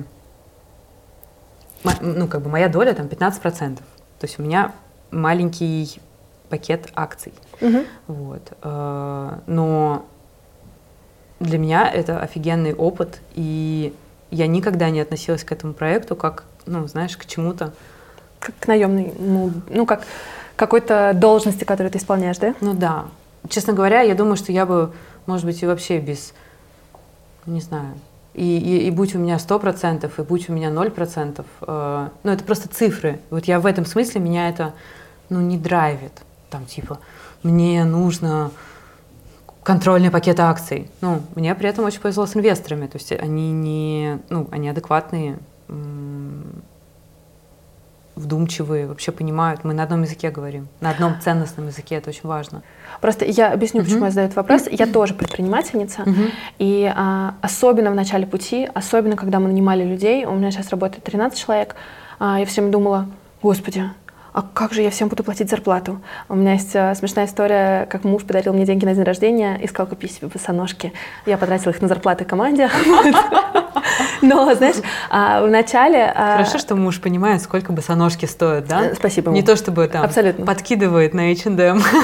ну, как бы моя доля там пятнадцать процентов. То есть у меня маленький пакет акций. Uh-huh. Вот. Но для меня это офигенный опыт, и я никогда не относилась к этому проекту как, ну, знаешь, к чему-то. Как к наемной, ну, ну как какой-то должности, которую ты исполняешь, да? Ну да. Честно говоря, я думаю, что я бы, может быть, и вообще без, не знаю, И, и, и будь у меня сто процентов, и будь у меня ноль процентов, э, ну, это просто цифры. Вот я в этом смысле, меня это, ну, не драйвит. Там, типа, мне нужно контрольный пакет акций. Ну, мне при этом очень повезло с инвесторами. То есть они не, ну, они адекватные, м- вдумчивые, вообще понимают. Мы на одном языке говорим, на одном ценностном языке, это очень важно. Просто я объясню, почему uh-huh. я задаю этот вопрос. Я тоже предпринимательница, uh-huh. и а, особенно в начале пути, особенно когда мы нанимали людей, у меня сейчас работает тринадцать человек, а, я все время думала, господи, а как же я всем буду платить зарплату? У меня есть а, смешная история, как муж подарил мне деньги на день рождения и сказал, купи себе босоножки. Я потратила их на зарплаты команде. Но, знаешь, а, в начале... А... Хорошо, что муж понимает, сколько босоножки стоят, да? Спасибо. Не то, чтобы там Абсолютно. подкидывает на эйч энд эм.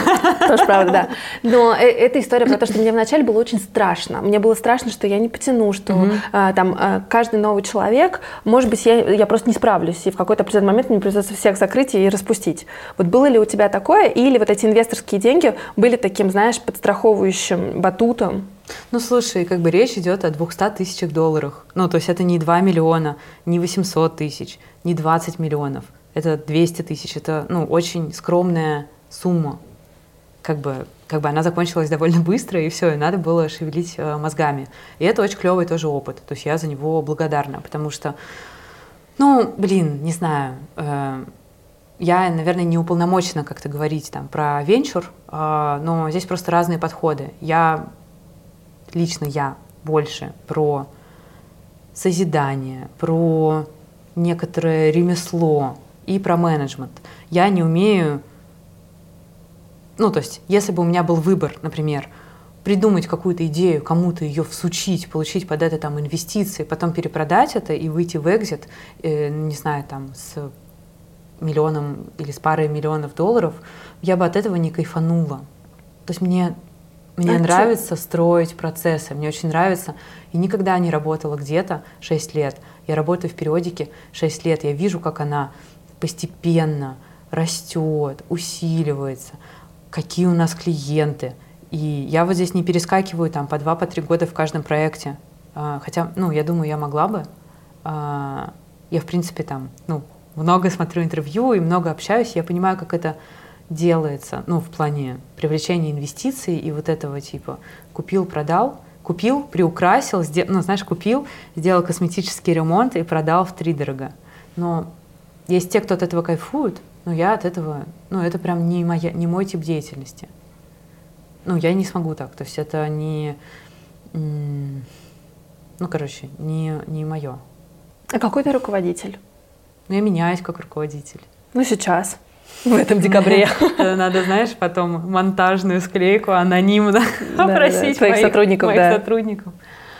Тоже правда, да. Но эта история про то, что мне вначале было очень страшно. Мне было страшно, что я не потяну, что mm-hmm. а, там а, каждый новый человек, может быть, я, я просто не справлюсь, и в какой-то определенный момент мне придется всех закрыть и распустить. Вот было ли у тебя такое, или вот эти инвесторские деньги были таким, знаешь, подстраховывающим батутом? Ну, слушай, как бы речь идет о двухстах тысячах долларах. Ну, то есть это не два миллиона, не восемьсот тысяч, не двадцать миллионов. Это двести тысяч. Это, ну, очень скромная сумма. Как бы, как бы она закончилась довольно быстро, и все, и надо было шевелить э, мозгами. И это очень клевый тоже опыт. То есть я за него благодарна, потому что, ну, блин, не знаю, э, я, наверное, не уполномочена как-то говорить там про венчур, э, но здесь просто разные подходы. Я Лично я больше про созидание, про некоторое ремесло и про менеджмент. Я не умею, ну, то есть, если бы у меня был выбор, например, придумать какую-то идею, кому-то ее всучить, получить под это там инвестиции, потом перепродать это и выйти в экзит, э, не знаю, там, с миллионом или с парой миллионов долларов, я бы от этого не кайфанула. То есть мне Мне а нравится что? строить процессы, мне очень нравится. И никогда не работала где-то шесть лет. Я работаю в периодике шесть лет. Я вижу, как она постепенно растет, усиливается, какие у нас клиенты. И я вот здесь не перескакиваю там по два, по три года в каждом проекте. Хотя, ну, я думаю, я могла бы. Я, в принципе, там, ну, много смотрю интервью и много общаюсь. Я понимаю, как это делается, ну, в плане привлечения инвестиций и вот этого типа купил, продал, купил, приукрасил, сдел... ну, знаешь, купил, сделал косметический ремонт и продал втридорога. Но есть те, кто от этого кайфует, но я от этого, ну, это прям не, моя, не мой тип деятельности. Ну, я не смогу так, то есть это не, ну, короче, не, не мое. А какой ты руководитель? Ну, я меняюсь как руководитель. Ну, сейчас. В этом декабре. Надо, знаешь, потом монтажную склейку анонимно опросить своих сотрудников. сотрудников.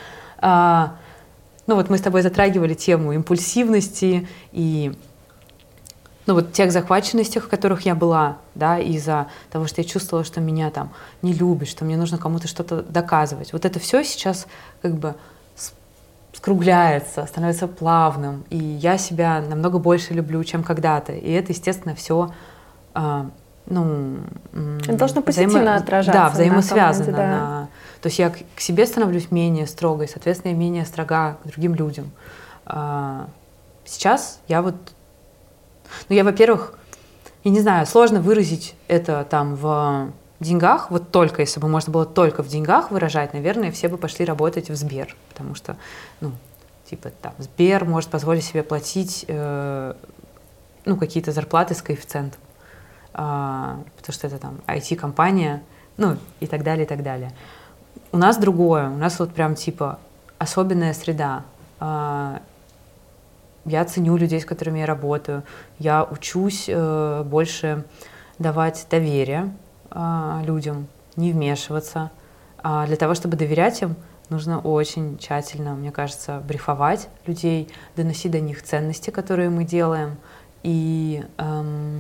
Ну вот мы с тобой затрагивали тему импульсивности и ну вот тех захваченностях, в которых я была, да, из-за того, что я чувствовала, что меня там не любят, что мне нужно кому-то что-то доказывать. Вот это все сейчас как бы скругляется, становится плавным, и я себя намного больше люблю, чем когда-то. И это, естественно, все а, ну, это должно позитивно взаимо... отражаться. Да, взаимосвязано. На команде, да. На... То есть я к себе становлюсь менее строгой, соответственно, я менее строга к другим людям. А, сейчас я вот... Ну, я, во-первых, я не знаю, сложно выразить это там в деньгах, вот только, если бы можно было только в деньгах выражать, наверное, все бы пошли работать в Сбер, потому что, ну, типа, там, Сбер может позволить себе платить, э, ну, какие-то зарплаты с коэффициентом, э, потому что это там ай ти-компания, ну, и так далее, и так далее. У нас другое, у нас вот прям, типа, особенная среда. Э, я ценю людей, с которыми я работаю, я учусь э, больше давать доверие людям, не вмешиваться. А для того, чтобы доверять им, нужно очень тщательно, мне кажется, брифовать людей, доносить до них ценности, которые мы делаем, и эм,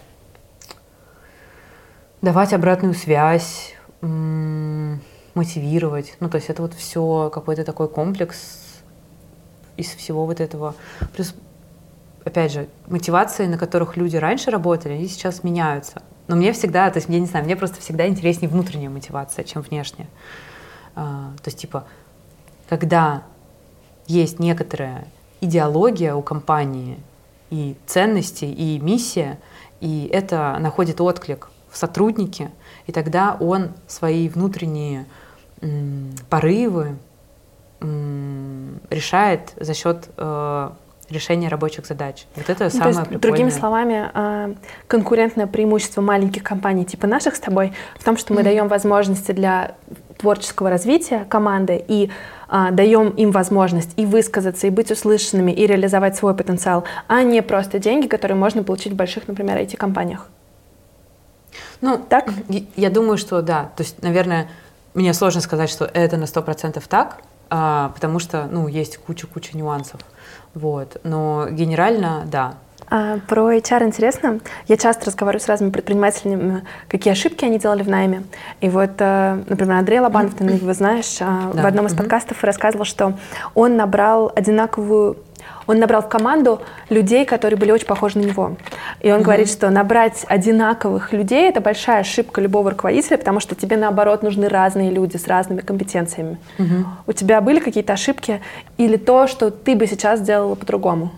давать обратную связь, эм, мотивировать. Ну, то есть это вот все какой-то такой комплекс из всего вот этого. Плюс, опять же, мотивации, на которых люди раньше работали, они сейчас меняются. Но мне всегда, то есть, я не знаю, мне просто всегда интереснее внутренняя мотивация, чем внешняя. А, то есть, типа, когда есть некоторая идеология у компании, и ценности, и миссия, и это находит отклик в сотруднике, и тогда он свои внутренние м, порывы м, решает за счет э, решения рабочих задач. Вот это ну, самое то есть, прикольное. Другими словами, конкурентное преимущество маленьких компаний типа наших с тобой в том, что мы mm-hmm. даем возможности для творческого развития команды и а, даем им возможность и высказаться, и быть услышанными, и реализовать свой потенциал, а не просто деньги, которые можно получить в больших, например, ай ти-компаниях. Ну, так? Я думаю, что да. То есть, наверное, мне сложно сказать, что это на сто процентов так, а, потому что, ну, есть куча-куча нюансов. Вот. Но генерально, да. А, про эйч ар интересно. Я часто разговариваю с разными предпринимателями, какие ошибки они делали в найме. И вот, например, Андрей Лобанов, ты его знаешь, да. в одном из mm-hmm. подкастов рассказывал, что он набрал одинаковую... Он набрал в команду людей, которые были очень похожи на него. И он mm-hmm. говорит, что набрать одинаковых людей — это большая ошибка любого руководителя, потому что тебе, наоборот, нужны разные люди с разными компетенциями. Mm-hmm. У тебя были какие-то ошибки или то, что ты бы сейчас сделала по-другому?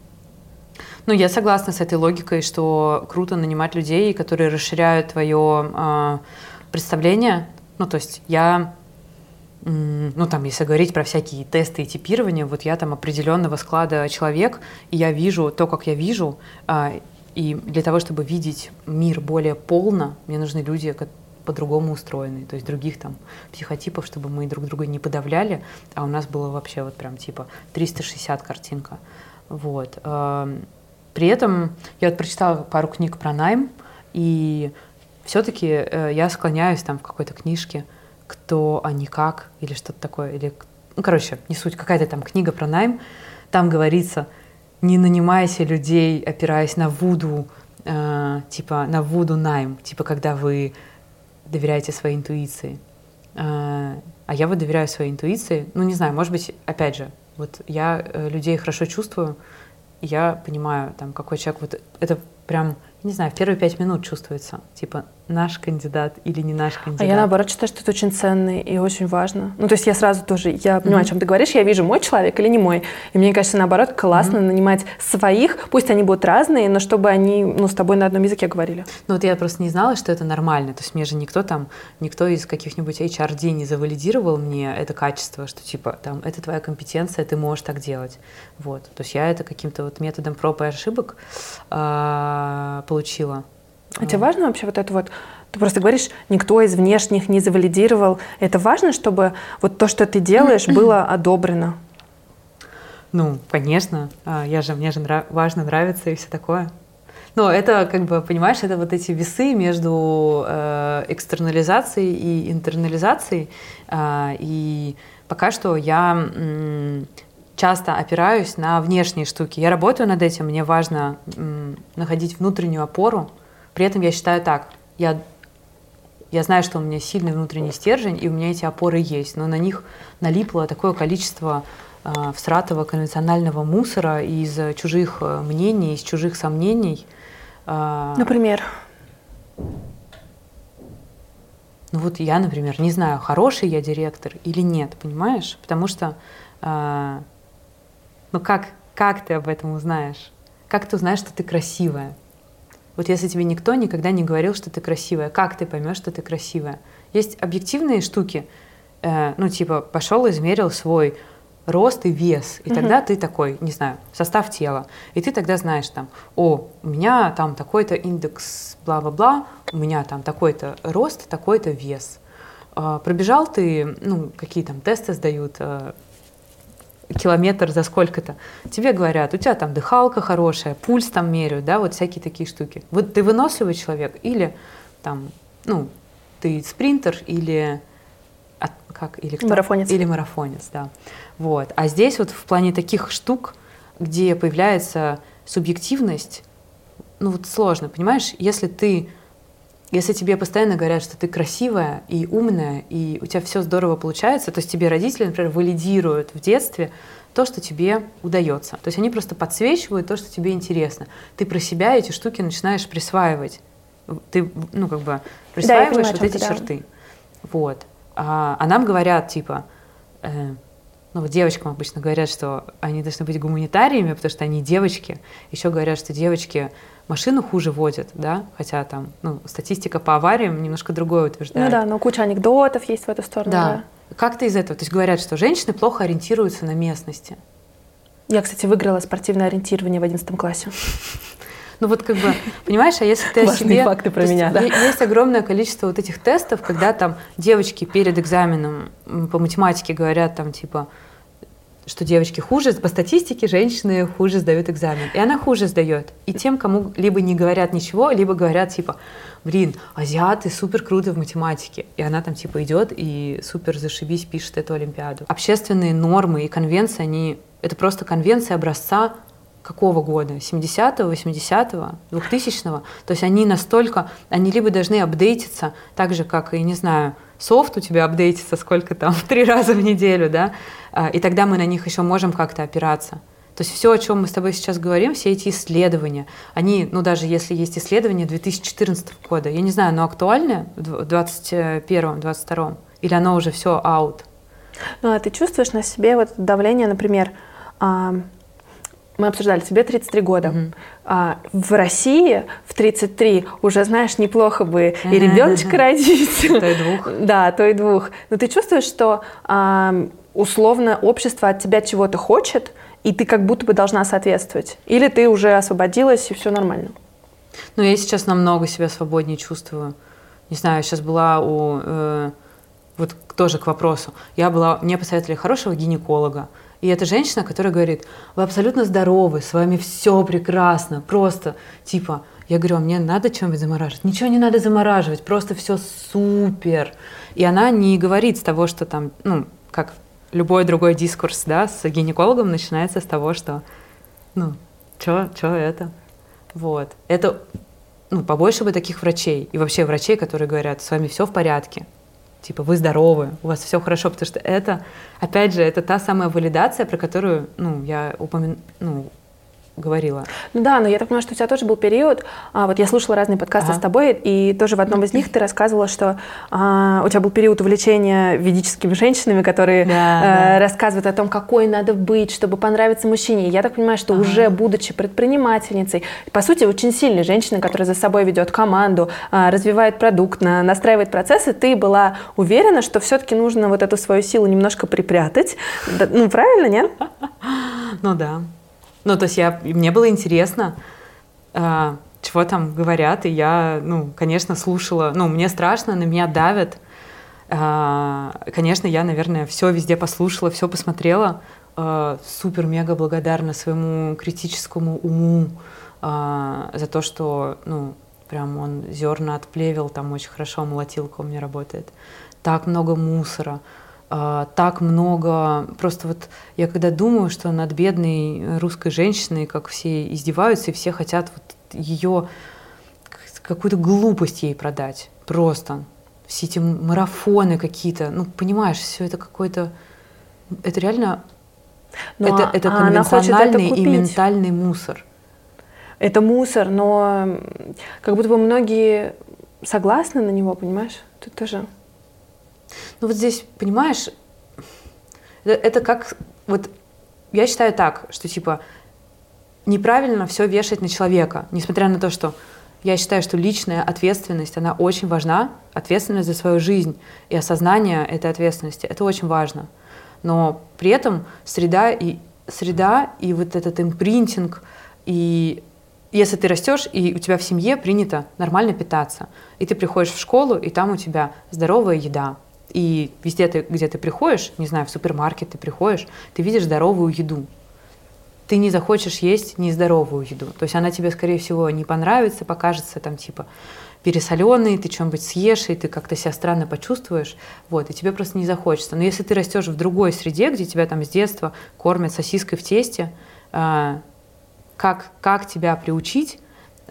Ну, я согласна с этой логикой, что круто нанимать людей, которые расширяют твое э, представление. Ну, то есть я... Ну, там, если говорить про всякие тесты и типирование, вот я там определенного склада человек, и я вижу то, как я вижу, и для того, чтобы видеть мир более полно, мне нужны люди, по-другому устроенные, то есть других там психотипов, чтобы мы друг друга не подавляли, а у нас было вообще вот прям типа триста шестьдесят картинка. Вот. При этом я вот прочитала пару книг про найм, и все-таки я склоняюсь там в какой-то книжке «Кто, а не как» или что-то такое. Или, ну, короче, не суть, какая-то там книга про найм. Там говорится, не нанимайте людей, опираясь на вуду, э, типа на вуду найм, типа когда вы доверяете своей интуиции. Э, а я вот доверяю своей интуиции. Ну, не знаю, может быть, опять же, вот я э, людей хорошо чувствую, и я понимаю, там, какой человек, вот это прям, не знаю, в первые пять минут чувствуется, типа, наш кандидат или не наш кандидат. А я, наоборот, считаю, что это очень ценно и очень важно. Ну, то есть я сразу тоже, я понимаю, mm-hmm. о чем ты говоришь, я вижу, мой человек или не мой. И мне кажется, наоборот, классно mm-hmm. нанимать своих, пусть они будут разные, но чтобы они, ну, с тобой на одном языке говорили. Ну, вот я просто не знала, что это нормально. То есть мне же никто там, никто из каких-нибудь эйч ар ди не завалидировал мне это качество, что, типа, там, это твоя компетенция, ты можешь так делать. Вот. То есть я это каким-то вот методом проб и ошибок э- получила. А тебе важно вообще вот это вот, ты просто говоришь, никто из внешних не завалидировал. Это важно, чтобы вот то, что ты делаешь, было одобрено? Ну, конечно. Я же, мне же нрав, важно нравится и все такое. Но это, как бы, понимаешь, это вот эти весы между э, экстернализацией и интернализацией. Э, и пока что я м, часто опираюсь на внешние штуки. Я работаю над этим, мне важно м, находить внутреннюю опору. При этом я считаю так, я, я знаю, что у меня сильный внутренний стержень, и у меня эти опоры есть, но на них налипло такое количество э, всратого конвенционального мусора из чужих мнений, из чужих сомнений. Э, Например? Ну вот я, например, не знаю, хороший я директор или нет, понимаешь? Потому что, э, ну как, как ты об этом узнаешь? Как ты узнаешь, что ты красивая? Вот если тебе никто никогда не говорил, что ты красивая, как ты поймешь, что ты красивая? Есть объективные штуки, э, ну типа пошел, измерил свой рост и вес, и угу. тогда ты такой, не знаю, состав тела, и ты тогда знаешь там, о, у меня там такой-то индекс бла-бла-бла, у меня там такой-то рост, такой-то вес. Э, пробежал ты, ну какие там тесты сдают, э, километр за сколько-то, тебе говорят, у тебя там дыхалка хорошая, пульс там меряют, да, вот всякие такие штуки. Вот ты выносливый человек или там, ну, ты спринтер или а, как, или кто? Марафонец. Или марафонец, да. Вот. А здесь вот в плане таких штук, где появляется субъективность, ну вот сложно, понимаешь, если ты Если тебе постоянно говорят, что ты красивая и умная, и у тебя все здорово получается, то есть тебе родители, например, валидируют в детстве то, что тебе удается. То есть они просто подсвечивают то, что тебе интересно. Ты про себя эти штуки начинаешь присваивать. Ты, ну, как бы, присваиваешь да, понимаю, вот эти ты, черты. Да. Вот. А, а нам говорят, типа, э, ну, вот девочкам обычно говорят, что они должны быть гуманитариями, потому что они девочки. Еще говорят, что девочки машину хуже водят, да, хотя там, ну, статистика по авариям немножко другое утверждает. Ну да, но куча анекдотов есть в эту сторону. Да. да. Как-то из этого, то есть говорят, что женщины плохо ориентируются на местности. Я, кстати, выиграла спортивное ориентирование в одиннадцатом классе. Ну вот как бы, понимаешь, а если ты о себе... Важные факты про меня, да. Есть огромное количество вот этих тестов, когда там девочки перед экзаменом по математике говорят там типа, что девочки хуже, по статистике женщины хуже сдают экзамен. И она хуже сдает. И тем, кому либо не говорят ничего, либо говорят типа, блин, азиаты супер круто в математике. И она там типа идет и супер зашибись пишет эту олимпиаду. Общественные нормы и конвенции, они, это просто конвенция образца какого года? семидесятого, восьмидесятого, двухтысячного. То есть они настолько, они либо должны апдейтиться, так же, как, и не знаю, софт у тебя апдейтится сколько там, три раза в неделю, да, и тогда мы на них еще можем как-то опираться. То есть все, о чем мы с тобой сейчас говорим, все эти исследования, они, ну даже если есть исследования две тысячи четырнадцатого года, я не знаю, оно актуальное в двадцать первом, двадцать втором, или оно уже все аут? Ну а ты чувствуешь на себе вот давление, например, а, мы обсуждали, тебе тридцать три года, mm-hmm. а, в России в тридцать три уже, знаешь, неплохо бы и ребеночка родить. То и двух. Да, то и двух. Но ты чувствуешь, что а, условно общество от тебя чего-то хочет, и ты как будто бы должна соответствовать? Или ты уже освободилась, и все нормально? Ну, я сейчас намного себя свободнее чувствую. Не знаю, сейчас была у... Э, вот тоже к вопросу. Я была... Мне посоветовали хорошего гинеколога. И это женщина, которая говорит, вы абсолютно здоровы, с вами все прекрасно, просто, типа... Я говорю, а мне надо чем-нибудь замораживать? Ничего не надо замораживать, просто все супер. И она не говорит с того, что там, ну, как... Любой другой дискурс, да, с гинекологом начинается с того, что, ну, чё, чё это? Вот. Это, ну, побольше бы таких врачей. И вообще врачей, которые говорят, с вами все в порядке. Типа, вы здоровы, у вас все хорошо. Потому что это, опять же, это та самая валидация, про которую, ну, я упомянула, ну, говорила. Ну да, но я так понимаю, что у тебя тоже был период, а, вот я слушала разные подкасты ага. с тобой, и тоже в одном из них ты рассказывала, что а, у тебя был период увлечения ведическими женщинами, которые да, а, да. рассказывают о том, какой надо быть, чтобы понравиться мужчине. И я так понимаю, что ага. уже будучи предпринимательницей, по сути, очень сильной женщиной, которая за собой ведет команду, а, развивает продукт, на, настраивает процессы, ты была уверена, что все-таки нужно вот эту свою силу немножко припрятать. Да, ну, правильно, нет? Ну да. Ну, то есть я, мне было интересно, э, чего там говорят, и я, ну, конечно, слушала. Ну, мне страшно, на меня давят. Э, конечно, я, наверное, все везде послушала, все посмотрела. Э, супер-мега благодарна своему критическому уму э, за то, что, ну, прям он зерна отплевел, там очень хорошо молотилка у меня работает. Так много мусора. Uh, так много, просто вот я когда думаю, что над бедной русской женщиной, как все издеваются, и все хотят вот ее, какую-то глупость ей продать, просто. Все эти марафоны какие-то, ну, понимаешь, все это какой-то, это реально, но это, это а конвенциональный это и ментальный мусор. Это мусор, но как будто бы многие согласны на него, понимаешь? Тут тоже... Ну вот здесь, понимаешь, это, это как, вот я считаю так, что типа неправильно все вешать на человека, несмотря на то, что я считаю, что личная ответственность, она очень важна, ответственность за свою жизнь и осознание этой ответственности, это очень важно. Но при этом среда и, среда и вот этот импринтинг, и если ты растешь, и у тебя в семье принято нормально питаться, и ты приходишь в школу, и там у тебя здоровая еда, и везде, ты, где ты приходишь, не знаю, в супермаркет ты приходишь, ты видишь здоровую еду. Ты не захочешь есть нездоровую еду. То есть она тебе, скорее всего, не понравится, покажется там типа пересоленый, ты что-нибудь съешь, и ты как-то себя странно почувствуешь, вот, и тебе просто не захочется. Но если ты растешь в другой среде, где тебя там с детства кормят сосиской в тесте, э, как, как тебя приучить э,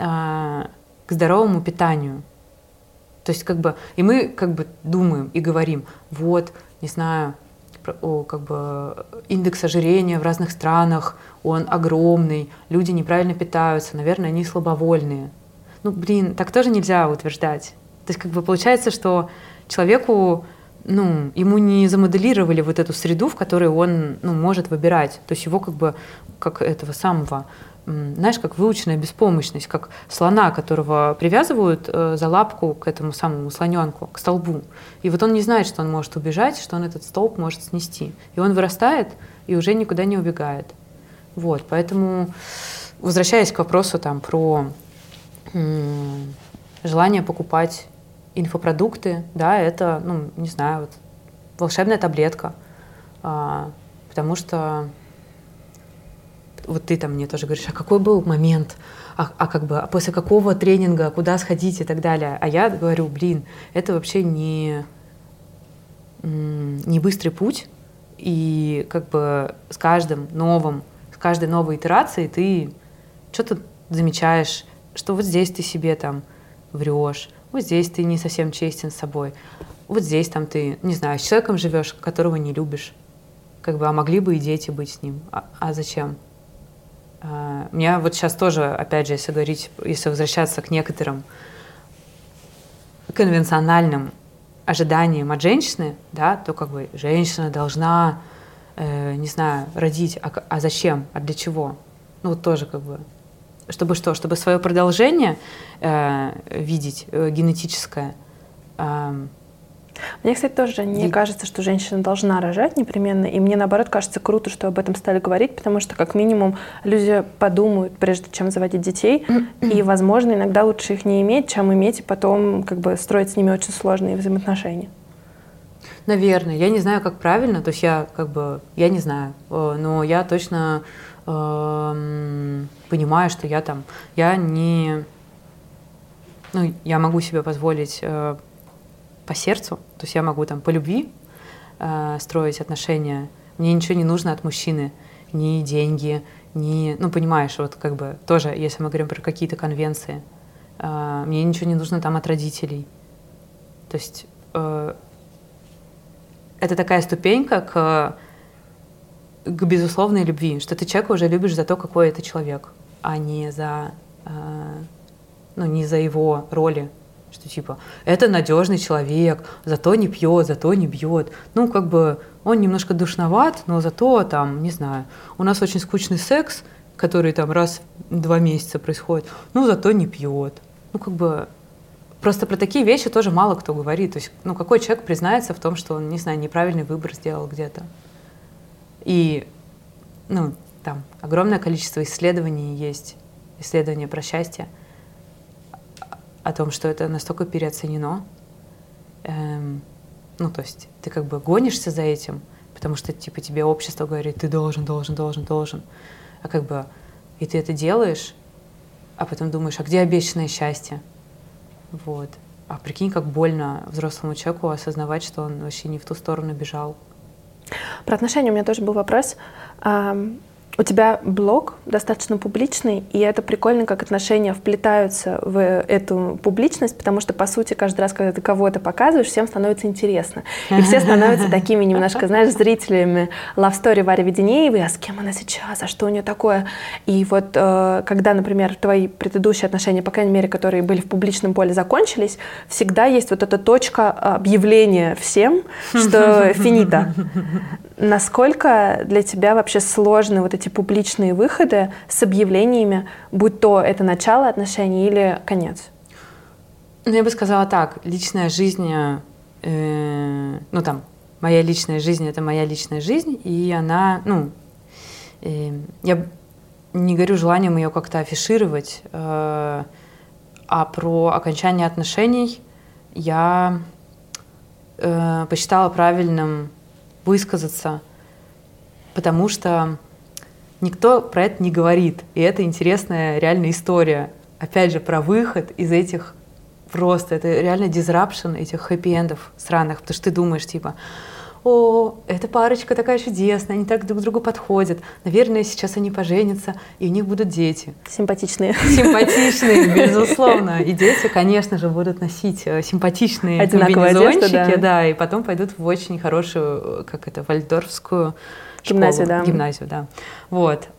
к здоровому питанию? То есть как бы, и мы как бы думаем и говорим, вот, не знаю, о, как бы индекс ожирения в разных странах, он огромный, люди неправильно питаются, наверное, они слабовольные. Ну, блин, так тоже нельзя утверждать. То есть как бы получается, что человеку, ну, ему не замоделировали вот эту среду, в которой он, ну, может выбирать. То есть его как бы, как этого самого, знаешь, как выученная беспомощность, как слона, которого привязывают э, за лапку к этому самому слоненку, к столбу. И вот он не знает, что он может убежать, что он этот столб может снести. И он вырастает и уже никуда не убегает. Вот, поэтому, возвращаясь к вопросу там, про м- желание покупать инфопродукты, да, это, ну, не знаю, вот, волшебная таблетка, а, потому что вот ты там мне тоже говоришь, а какой был момент, а, а как бы а после какого тренинга, куда сходить и так далее. А я говорю, блин, это вообще не, не быстрый путь, и как бы с каждым новым, с каждой новой итерацией ты что-то замечаешь, что вот здесь ты себе там врешь, вот здесь ты не совсем честен с собой, вот здесь там ты, не знаю, с человеком живешь, которого не любишь, как бы, а могли бы и дети быть с ним, а, а зачем? А, меня вот сейчас тоже, опять же, если говорить, если возвращаться к некоторым конвенциональным ожиданиям от женщины, да, то как бы женщина должна, э, не знаю, родить, а, а зачем, а для чего? Ну вот тоже как бы, чтобы что, чтобы свое продолжение э, видеть э, генетическое. Э, Мне, кстати, тоже не И- кажется, что женщина должна рожать непременно, и мне, наоборот, кажется круто, что об этом стали говорить, потому что, как минимум, люди подумают, прежде чем заводить детей, и, возможно, иногда лучше их не иметь, чем иметь, и потом как бы строить с ними очень сложные взаимоотношения. Наверное, я не знаю, как правильно, то есть я как бы, я не знаю, э, но я точно эм, понимаю, что я там, я не, ну, я могу себе позволить э, по сердцу, то есть я могу там по любви э, строить отношения, мне ничего не нужно от мужчины, ни деньги, ни, ну, понимаешь, вот как бы тоже, если мы говорим про какие-то конвенции, э, мне ничего не нужно там от родителей, то есть э, это такая ступенька к, к безусловной любви, что ты человека уже любишь за то, какой это человек, а не за, э, ну, не за его роли, что типа это надежный человек, зато не пьет, зато не бьет. Ну, как бы он немножко душноват, но зато там, не знаю, у нас очень скучный секс, который там раз в два месяца происходит, ну, зато не пьет. Ну, как бы просто про такие вещи тоже мало кто говорит. То есть, ну, какой человек признается в том, что он, не знаю, неправильный выбор сделал где-то. И, ну, там огромное количество исследований есть, исследования про счастье, о том, что это настолько переоценено. Эм, ну, то есть ты как бы гонишься за этим, потому что, типа, тебе общество говорит, ты должен, должен, должен, должен. А как бы, и ты это делаешь, а потом думаешь, а где обещанное счастье? Вот. А прикинь, как больно взрослому человеку осознавать, что он вообще не в ту сторону бежал. Про отношения у меня тоже был вопрос. Ам, У тебя блог достаточно публичный, и это прикольно, как отношения вплетаются в эту публичность, потому что, по сути, каждый раз, когда ты кого-то показываешь, всем становится интересно. И все становятся такими немножко, знаешь, зрителями Love Story Вари Веденеевой, а с кем она сейчас, а что у нее такое? И вот э, когда, например, твои предыдущие отношения, по крайней мере, которые были в публичном поле, закончились, всегда есть вот эта точка объявления всем, что финита. Насколько для тебя вообще сложны вот эти публичные выходы с объявлениями, будь то это начало отношений или конец? Ну, я бы сказала так, личная жизнь, э, ну там, моя личная жизнь — это моя личная жизнь, и она, ну, э, я не горю желанием ее как-то афишировать, э, а про окончание отношений я э, посчитала правильным высказаться, потому что никто про это не говорит, и это интересная реальная история. Опять же, про выход из этих просто, это реально дизрапшн этих хэппи-эндов сраных, потому что ты думаешь, типа, о, эта парочка такая чудесная, они так друг к другу подходят, наверное, сейчас они поженятся, и у них будут дети. Симпатичные. Симпатичные, безусловно. И дети, конечно же, будут носить симпатичные одинаковые комбинезончики, одежды, да. да, и потом пойдут в очень хорошую, как это, вальдорфскую школу. Гимназию, да. Гимназию, да. Вот.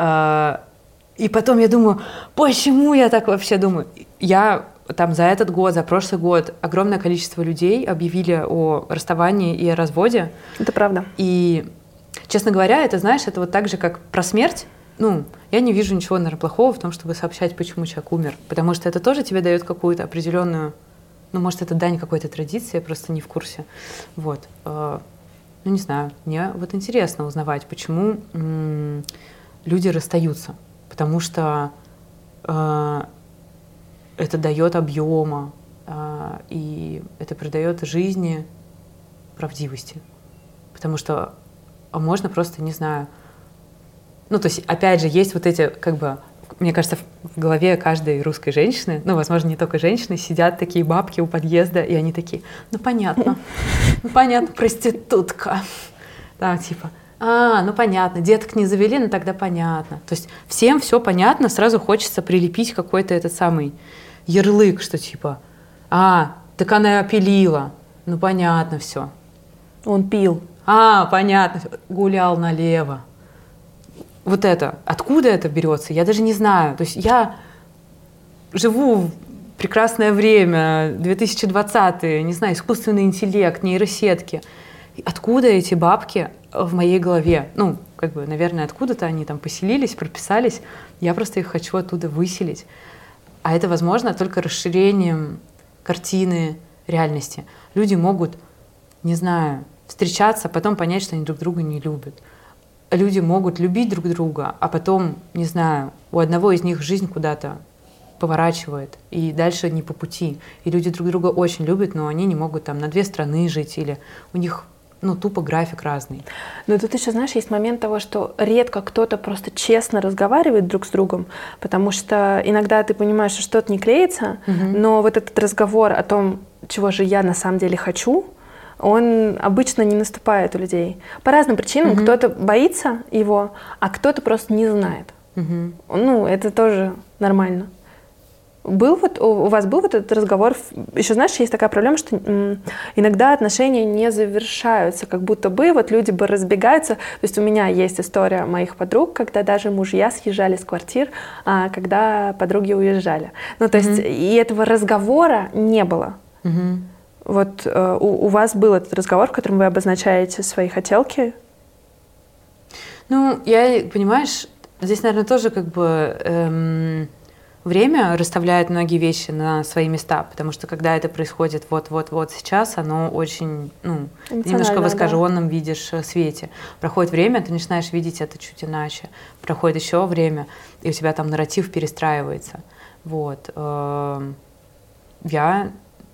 И потом я думаю, почему я так вообще думаю? Я там за этот год, за прошлый год огромное количество людей объявили о расставании и о разводе. Это правда. И, честно говоря, это, знаешь, это вот так же, как про смерть. Ну, я не вижу ничего, наверное, плохого в том, чтобы сообщать, почему человек умер. Потому что это тоже тебе дает какую-то определенную, ну, может, это дань какой-то традиции, я просто не в курсе. Вот. Ну, не знаю, мне вот интересно узнавать, почему м- люди расстаются. Потому что э- это дает объема, э- и это придает жизни правдивости. Потому что а можно просто, не знаю, ну, то есть, опять же, есть вот эти, как бы, мне кажется, в голове каждой русской женщины, ну, возможно, не только женщины, сидят такие бабки у подъезда, и они такие, ну, понятно, ну, понятно, проститутка. Да, типа, А, ну понятно, деток не завели, ну тогда понятно. То есть всем все понятно, сразу хочется прилепить какой-то этот самый ярлык, что типа, а, так она опилила, ну понятно все. Он пил. А, понятно, гулял налево. Вот это, откуда это берется, я даже не знаю. То есть я живу в прекрасное время, две тысячи двадцатый, не знаю, искусственный интеллект, нейросетки. Откуда эти бабки в моей голове? Ну, как бы, наверное, откуда-то они там поселились, прописались. Я просто их хочу оттуда выселить. А это возможно только расширением картины реальности. Люди могут, не знаю, встречаться, а потом понять, что они друг друга не любят. Люди могут любить друг друга, а потом, не знаю, у одного из них жизнь куда-то поворачивает, и дальше не по пути. И люди друг друга очень любят, но они не могут там на две страны жить, или у них, ну, тупо график разный. Но тут еще, знаешь, есть момент того, что редко кто-то просто честно разговаривает друг с другом, потому что иногда ты понимаешь, что что-то не клеится, угу. но вот этот разговор о том, чего же я на самом деле хочу, он обычно не наступает у людей. По разным причинам. Угу. Кто-то боится его, а кто-то просто не знает. Угу. Ну, это тоже нормально. Был вот, у вас был вот этот разговор? Еще, знаешь, есть такая проблема, что м, иногда отношения не завершаются, как будто бы вот люди бы разбегаются. То есть у меня есть история моих подруг, когда даже мужья съезжали с квартир, а, когда подруги уезжали. Ну, то есть mm-hmm. и этого разговора не было. Mm-hmm. Вот э, у, у вас был этот разговор, в котором вы обозначаете свои хотелки? Ну, я, понимаешь, здесь, наверное, тоже как бы... Эм... Время расставляет многие вещи на свои места, потому что когда это происходит вот-вот-вот сейчас, оно очень, ну, немножко в искаженном, да, видишь свете. Проходит время, ты начинаешь видеть это чуть иначе. Проходит еще время, и у тебя там нарратив перестраивается. Вот. Я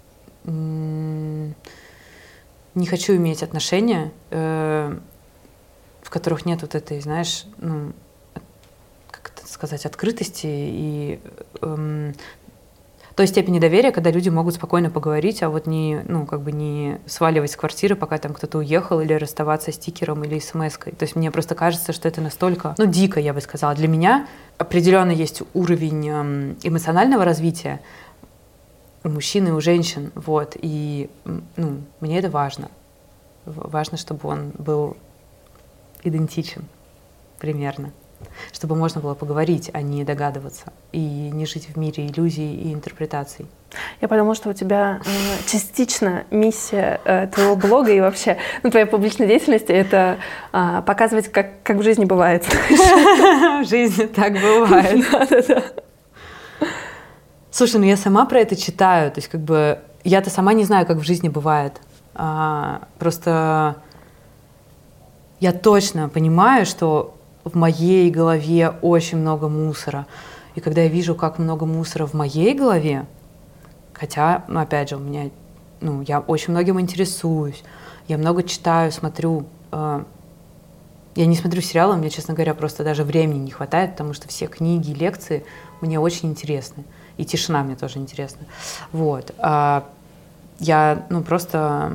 не хочу иметь отношения, в которых нет вот этой, знаешь, ну, сказать, открытости и эм, той степени доверия, когда люди могут спокойно поговорить, а вот не, ну, как бы не сваливать с квартиры, пока там кто-то уехал, или расставаться стикером или смс-кой. То есть мне просто кажется, что это настолько, ну, дико, я бы сказала. Для меня определенно есть уровень эм, эмоционального развития у мужчин и у женщин, вот, и, ну, мне это важно. Важно, чтобы он был идентичен примерно. Чтобы можно было поговорить, а не догадываться, и не жить в мире иллюзий и интерпретаций. Я подумала, что у тебя э, частично миссия э, твоего блога и вообще ну, твоей публичной деятельности — это э, показывать, как, как в жизни бывает. В жизни так бывает. Да-да-да. Слушай, ну я сама про это читаю, то есть как бы я-то сама не знаю, как в жизни бывает. Просто я точно понимаю, что в моей голове очень много мусора. И когда я вижу, как много мусора в моей голове, хотя, ну, опять же, у меня, ну, я очень многим интересуюсь, я много читаю, смотрю. Э, я не смотрю сериалы, мне, честно говоря, просто даже времени не хватает, потому что все книги, лекции мне очень интересны. И тишина мне тоже интересна. Вот. А я, ну, просто...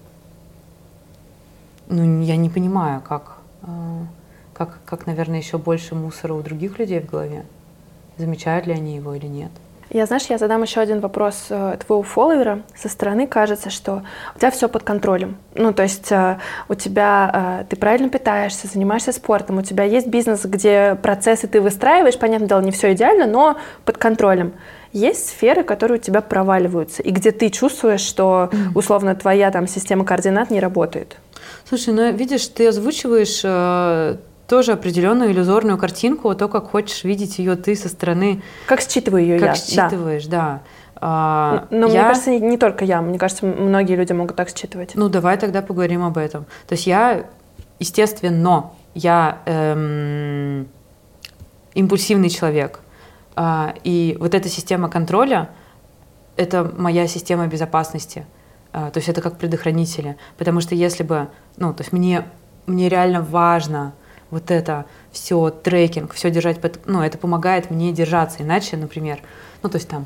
Ну, я не понимаю, как... Э, Как, как, наверное, еще больше мусора у других людей в голове. Замечают ли они его или нет? Я, знаешь, я задам еще один вопрос э, твоего фолловера. Со стороны кажется, что у тебя все под контролем. Ну, то есть э, у тебя, э, ты правильно питаешься, занимаешься спортом, у тебя есть бизнес, где процессы ты выстраиваешь, понятное дело, не все идеально, но под контролем. Есть сферы, которые у тебя проваливаются, и где ты чувствуешь, что, условно, твоя там система координат не работает. Слушай, ну, видишь, ты озвучиваешь... Э... тоже определенную иллюзорную картинку, то, как хочешь видеть ее ты со стороны. Как считываю ее как я. Как считываешь, да. да. А, Но я... мне кажется, не, не только я, мне кажется, многие люди могут так считывать. Ну, давай тогда поговорим об этом. То есть я, естественно, я эм, импульсивный человек. А, и вот эта система контроля – это моя система безопасности. А, то есть это как предохранители. Потому что если бы, ну, то есть мне, мне реально важно вот это все, трекинг, все держать, под, ну, это помогает мне держаться. Иначе, например, ну, то есть там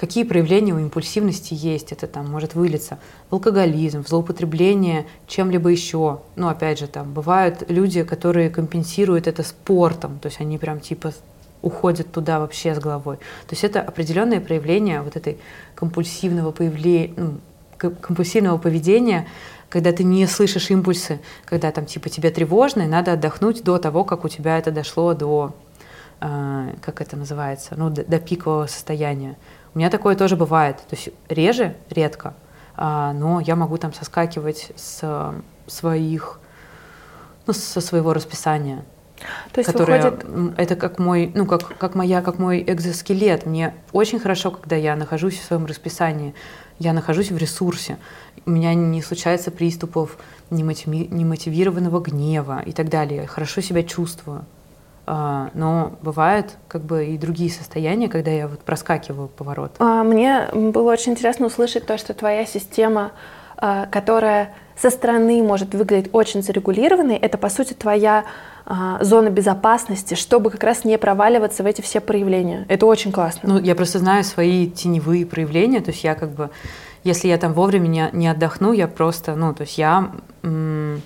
какие проявления у импульсивности есть. Это там может вылиться в алкоголизм, в злоупотребление чем-либо еще. Ну, опять же, там бывают люди, которые компенсируют это спортом, то есть они прям типа уходят туда вообще с головой. То есть это определенное проявление вот этой компульсивного появления, ну, компульсивного поведения, когда ты не слышишь импульсы, когда там типа тебе тревожно, и надо отдохнуть до того, как у тебя это дошло до, э, как это называется, ну, до, до пикового состояния. У меня такое тоже бывает, то есть реже, редко, э, но я могу там соскакивать с своих, ну, со своего расписания. То есть которая, выходит... это как мой, ну, как, как моя, как мой экзоскелет. Мне очень хорошо, когда я нахожусь в своем расписании, я нахожусь в ресурсе, у меня не случается приступов немотивированного гнева и так далее. Я хорошо себя чувствую. Но бывают как бы и другие состояния, когда я вот проскакиваю поворот. Мне было очень интересно услышать то, что твоя система, которая со стороны может выглядеть очень зарегулированной, это, по сути, твоя зона безопасности, чтобы как раз не проваливаться в эти все проявления. Это очень классно. Ну, я просто знаю свои теневые проявления, то есть я как бы, если я там вовремя не, не отдохну, я просто, ну, то есть я, м-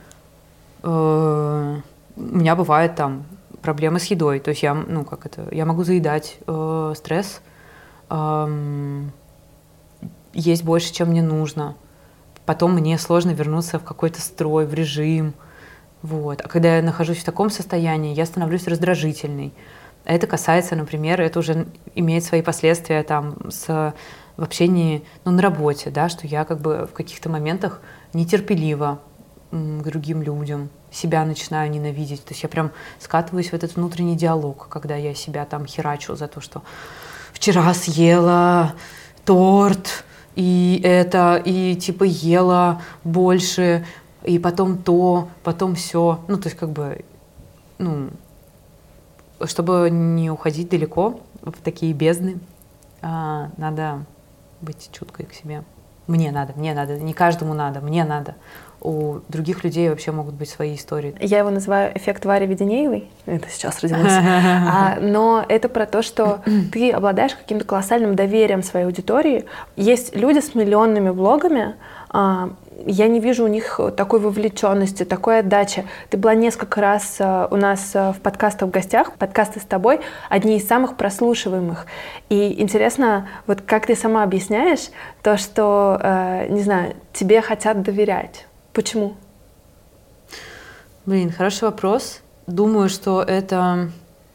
э- у меня бывает там проблемы с едой, то есть я, ну, как это, я могу заедать э- стресс, э- есть больше, чем мне нужно. Потом мне сложно вернуться в какой-то строй, в режим. Вот. А когда я нахожусь в таком состоянии, я становлюсь раздражительной. Это касается, например, это уже имеет свои последствия там, с, в общении, ну, на работе, да, что я как бы в каких-то моментах нетерпелива м, к другим людям, себя начинаю ненавидеть. То есть я прям скатываюсь в этот внутренний диалог, когда я себя там херачу за то, что вчера съела торт, и это, и типа ела больше, и потом то, потом все. Ну, то есть как бы, ну, чтобы не уходить далеко в такие бездны, а, надо быть чуткой к себе. Мне надо, мне надо, не каждому надо, мне надо. У других людей вообще могут быть свои истории. Я его называю эффект Вари Веденеевой. Это сейчас родилось. А, но это про то, что ты обладаешь каким-то колоссальным доверием своей аудитории. Есть люди с миллионными блогами. А, я не вижу у них такой вовлеченности, такой отдачи. Ты была несколько раз у нас в подкастах в гостях. Подкасты с тобой одни из самых прослушиваемых. И интересно, вот как ты сама объясняешь то, что, э, не знаю, тебе хотят доверять. Почему? Блин, хороший вопрос. Думаю, что это...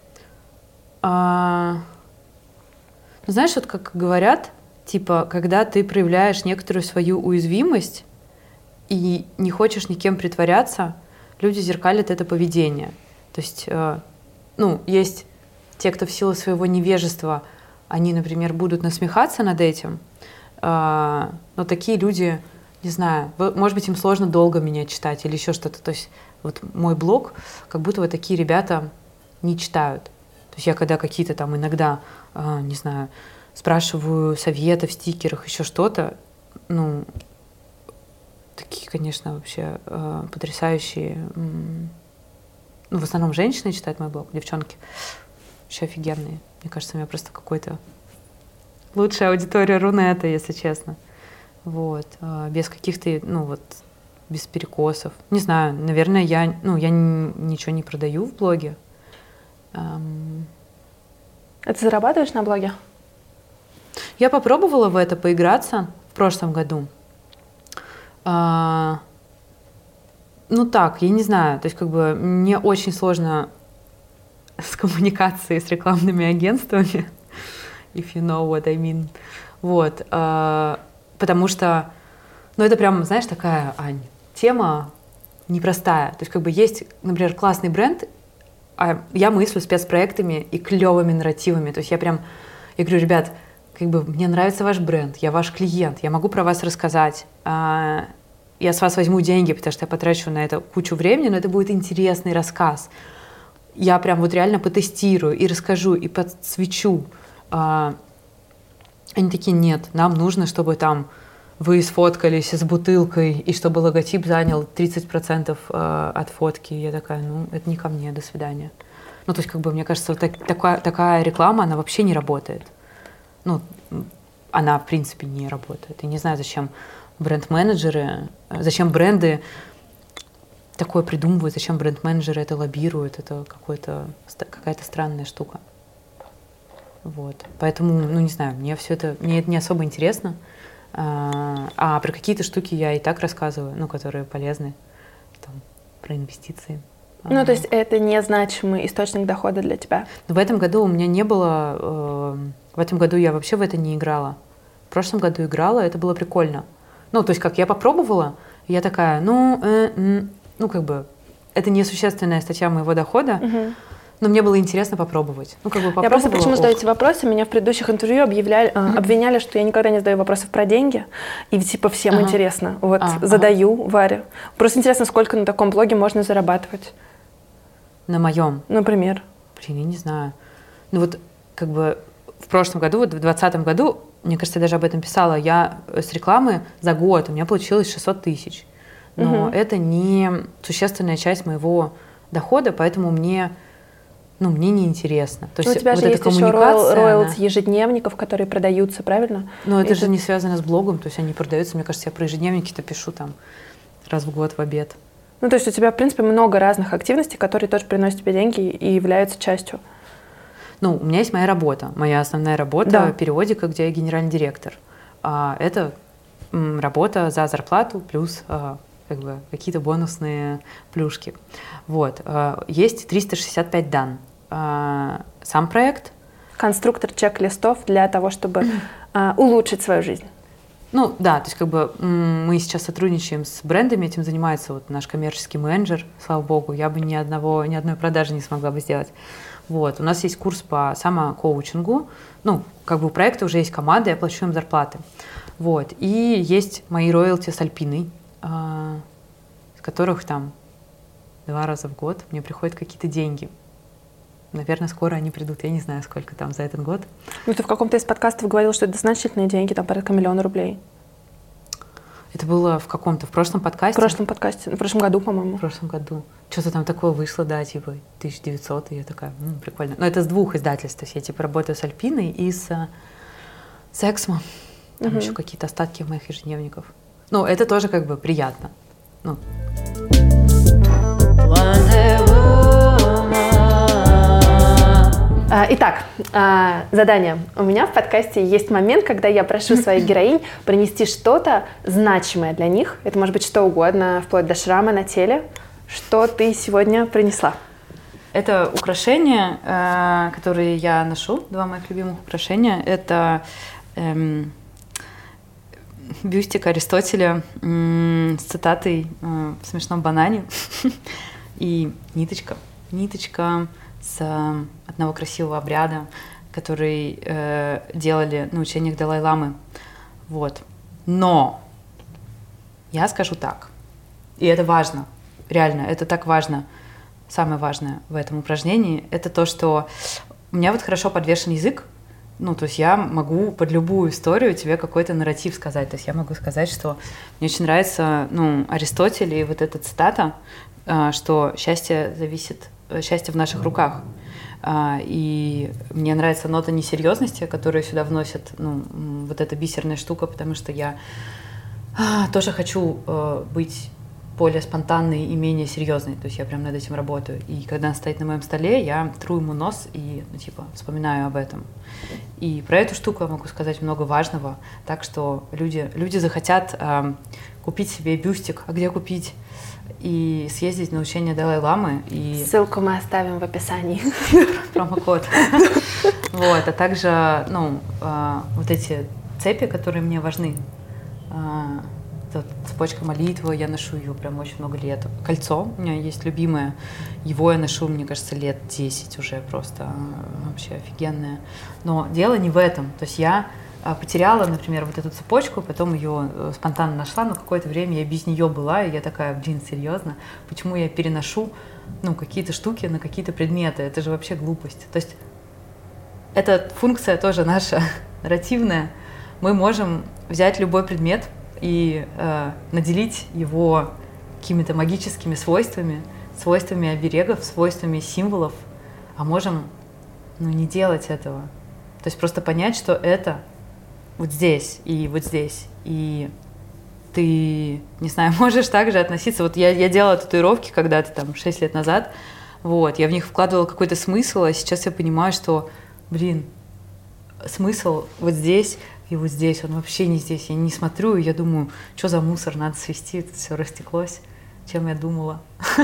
А... Знаешь, вот как говорят, типа, когда ты проявляешь некоторую свою уязвимость и не хочешь никем притворяться, люди зеркалят это поведение. То есть, э, ну, есть те, кто в силу своего невежества, они, например, будут насмехаться над этим, э, но такие люди... Не знаю, может быть, им сложно долго меня читать или еще что-то. То есть вот мой блог, как будто вот такие ребята не читают. То есть я когда какие-то там иногда, э, не знаю, спрашиваю советы в стикерах, еще что-то, ну, такие, конечно, вообще э, потрясающие. М- ну, в основном женщины читают мой блог, девчонки. Вообще офигенные. Мне кажется, у меня просто какой-то лучшая аудитория Рунета, если честно. Вот, без каких-то, ну вот, без перекосов. Не знаю, наверное, я, ну, я ничего не продаю в блоге. А ты зарабатываешь на блоге? Я попробовала в это поиграться в прошлом году. А, ну так, я не знаю, то есть как бы мне очень сложно с коммуникацией с рекламными агентствами, if you know what I mean. Вот. А, Потому что, ну, это прям, знаешь, такая, Ань, тема непростая. То есть, как бы есть, например, классный бренд, а я мыслю спецпроектами и клевыми нарративами. То есть я прям, я говорю, ребят, как бы мне нравится ваш бренд, я ваш клиент, я могу про вас рассказать, я с вас возьму деньги, потому что я потрачу на это кучу времени, но это будет интересный рассказ. Я прям вот реально потестирую и расскажу, и подсвечу. Они такие, нет, нам нужно, чтобы там вы сфоткались с бутылкой, и чтобы логотип занял тридцать процентов э, от фотки. Я такая, ну, это не ко мне, до свидания. Ну, то есть, как бы, мне кажется, вот так, такая, такая реклама, она вообще не работает. Ну, она, в принципе, не работает. Я не знаю, зачем бренд-менеджеры, зачем бренды такое придумывают, зачем бренд-менеджеры это лоббируют, это какой-то, какая-то странная штука. Вот. Поэтому, ну не знаю, мне все это, мне это не особо интересно. А, а про какие-то штуки я и так рассказываю, ну, которые полезны, там, про инвестиции. Ну, то есть это незначимый источник дохода для тебя? В этом году у меня не было, э, в этом году я вообще в это не играла. В прошлом году играла, это было прикольно. Ну, то есть как я попробовала, я такая, ну, э, э, ну, как бы, это несущественная статья моего дохода, Угу. но мне было интересно попробовать. Ну, как бы Я просто почему задаю эти вопросы, меня в предыдущих интервью объявляли, mm-hmm. обвиняли, что я никогда не задаю вопросов про деньги, и типа всем ага. интересно. Вот а, задаю ага. Варе. Просто интересно, сколько на таком блоге можно зарабатывать. На моем? Например. Блин, я не знаю. Ну вот как бы в прошлом году, вот в двадцатом году, мне кажется, я даже об этом писала, я с рекламы за год, у меня получилось шестьсот тысяч. Но угу. это не существенная часть моего дохода, поэтому мне, ну, мне неинтересно. То есть у тебя вот же есть еще роялти она... ежедневников, которые продаются, правильно? Но это, это же не связано с блогом, то есть они продаются, мне кажется, я про ежедневники-то пишу там раз в год в обед. Ну, то есть у тебя, в принципе, много разных активностей, которые тоже приносят тебе деньги и являются частью. Ну, у меня есть моя работа. Моя основная работа да. периодика, где я генеральный директор. А, это м, работа за зарплату плюс а, как бы, какие-то бонусные плюшки. Вот. А, есть триста шестьдесят пять дан. А, сам проект. Конструктор чек-листов для того, чтобы а, улучшить свою жизнь. Ну да, то есть как бы мы сейчас сотрудничаем с брендами, этим занимается вот наш коммерческий менеджер, слава богу, я бы ни одного, ни одной продажи не смогла бы сделать. Вот, у нас есть курс по самокоучингу, ну, как бы у проекта уже есть команда, я плачу им зарплаты. Вот, и есть мои роялти с Альпиной, с которых там два раза в год мне приходят какие-то деньги. Наверное, скоро они придут, я не знаю, сколько там за этот год. Ну, ты в каком-то из подкастов говорил, что это значительные деньги, там порядка миллиона рублей. Это было в каком-то, в прошлом подкасте? В прошлом подкасте, в прошлом году, по-моему. В прошлом году. Что-то там такое вышло, да, типа тысяча девятьсот, и я такая, м, прикольно. Но это с двух издательств, то есть я типа работаю с Альпиной и с, с Эксмо. Там угу. еще какие-то остатки моих ежедневников. Ну, это тоже как бы приятно. Ну. Итак, задание. У меня в подкасте есть момент, когда я прошу своих героинь принести что-то значимое для них. Это может быть что угодно, вплоть до шрама на теле. Что ты сегодня принесла? Это украшения, которые я ношу, два моих любимых украшения. Это эм, бюстик Аристотеля эм, с цитатой э, в смешном банане и ниточка. Ниточка с э, одного красивого обряда, который э, делали на учениях Далай-ламы. Вот. Но я скажу так, и это важно, реально, это так важно. Самое важное в этом упражнении — это то, что у меня вот хорошо подвешен язык, ну, то есть я могу под любую историю тебе какой-то нарратив сказать. То есть я могу сказать, что мне очень нравится, ну, Аристотель и вот эта цитата, что счастье зависит, счастье в наших руках. И мне нравится нота несерьезности, которую сюда вносят, ну, вот эта бисерная штука, потому что я тоже хочу быть более спонтанный и менее серьезный, то есть я прям над этим работаю. И когда он стоит на моем столе, я тру ему нос и, ну, типа, вспоминаю об этом. И про эту штуку я могу сказать много важного, так что люди, люди захотят э, купить себе бюстик, а где купить? И съездить на учение Далай-ламы. И... Ссылку мы оставим в описании. Промокод. Вот, а также, ну, э, вот эти цепи, которые мне важны. Э, Это цепочка молитвы, я ношу ее прям очень много лет. Кольцо у меня есть любимое, его я ношу, мне кажется, лет десять уже, просто вообще офигенное. Но дело не в этом, то есть я потеряла, например, вот эту цепочку, потом ее спонтанно нашла, но какое-то время я без нее была, и я такая, блин, серьезно, почему я переношу, ну, какие-то штуки на какие-то предметы, это же вообще глупость. То есть эта функция тоже наша нарративная, мы можем взять любой предмет и э, наделить его какими-то магическими свойствами, свойствами оберегов, свойствами символов, а можем, ну, не делать этого. То есть просто понять, что это вот здесь и вот здесь. И ты, не знаю, можешь также относиться. Вот я, я делала татуировки когда-то, там, шесть лет назад. Вот, я в них вкладывала какой-то смысл, а сейчас я понимаю, что, блин, смысл вот здесь и вот здесь, он вообще не здесь. Я не смотрю, и я думаю, что за мусор, надо свести, это все растеклось, чем я думала.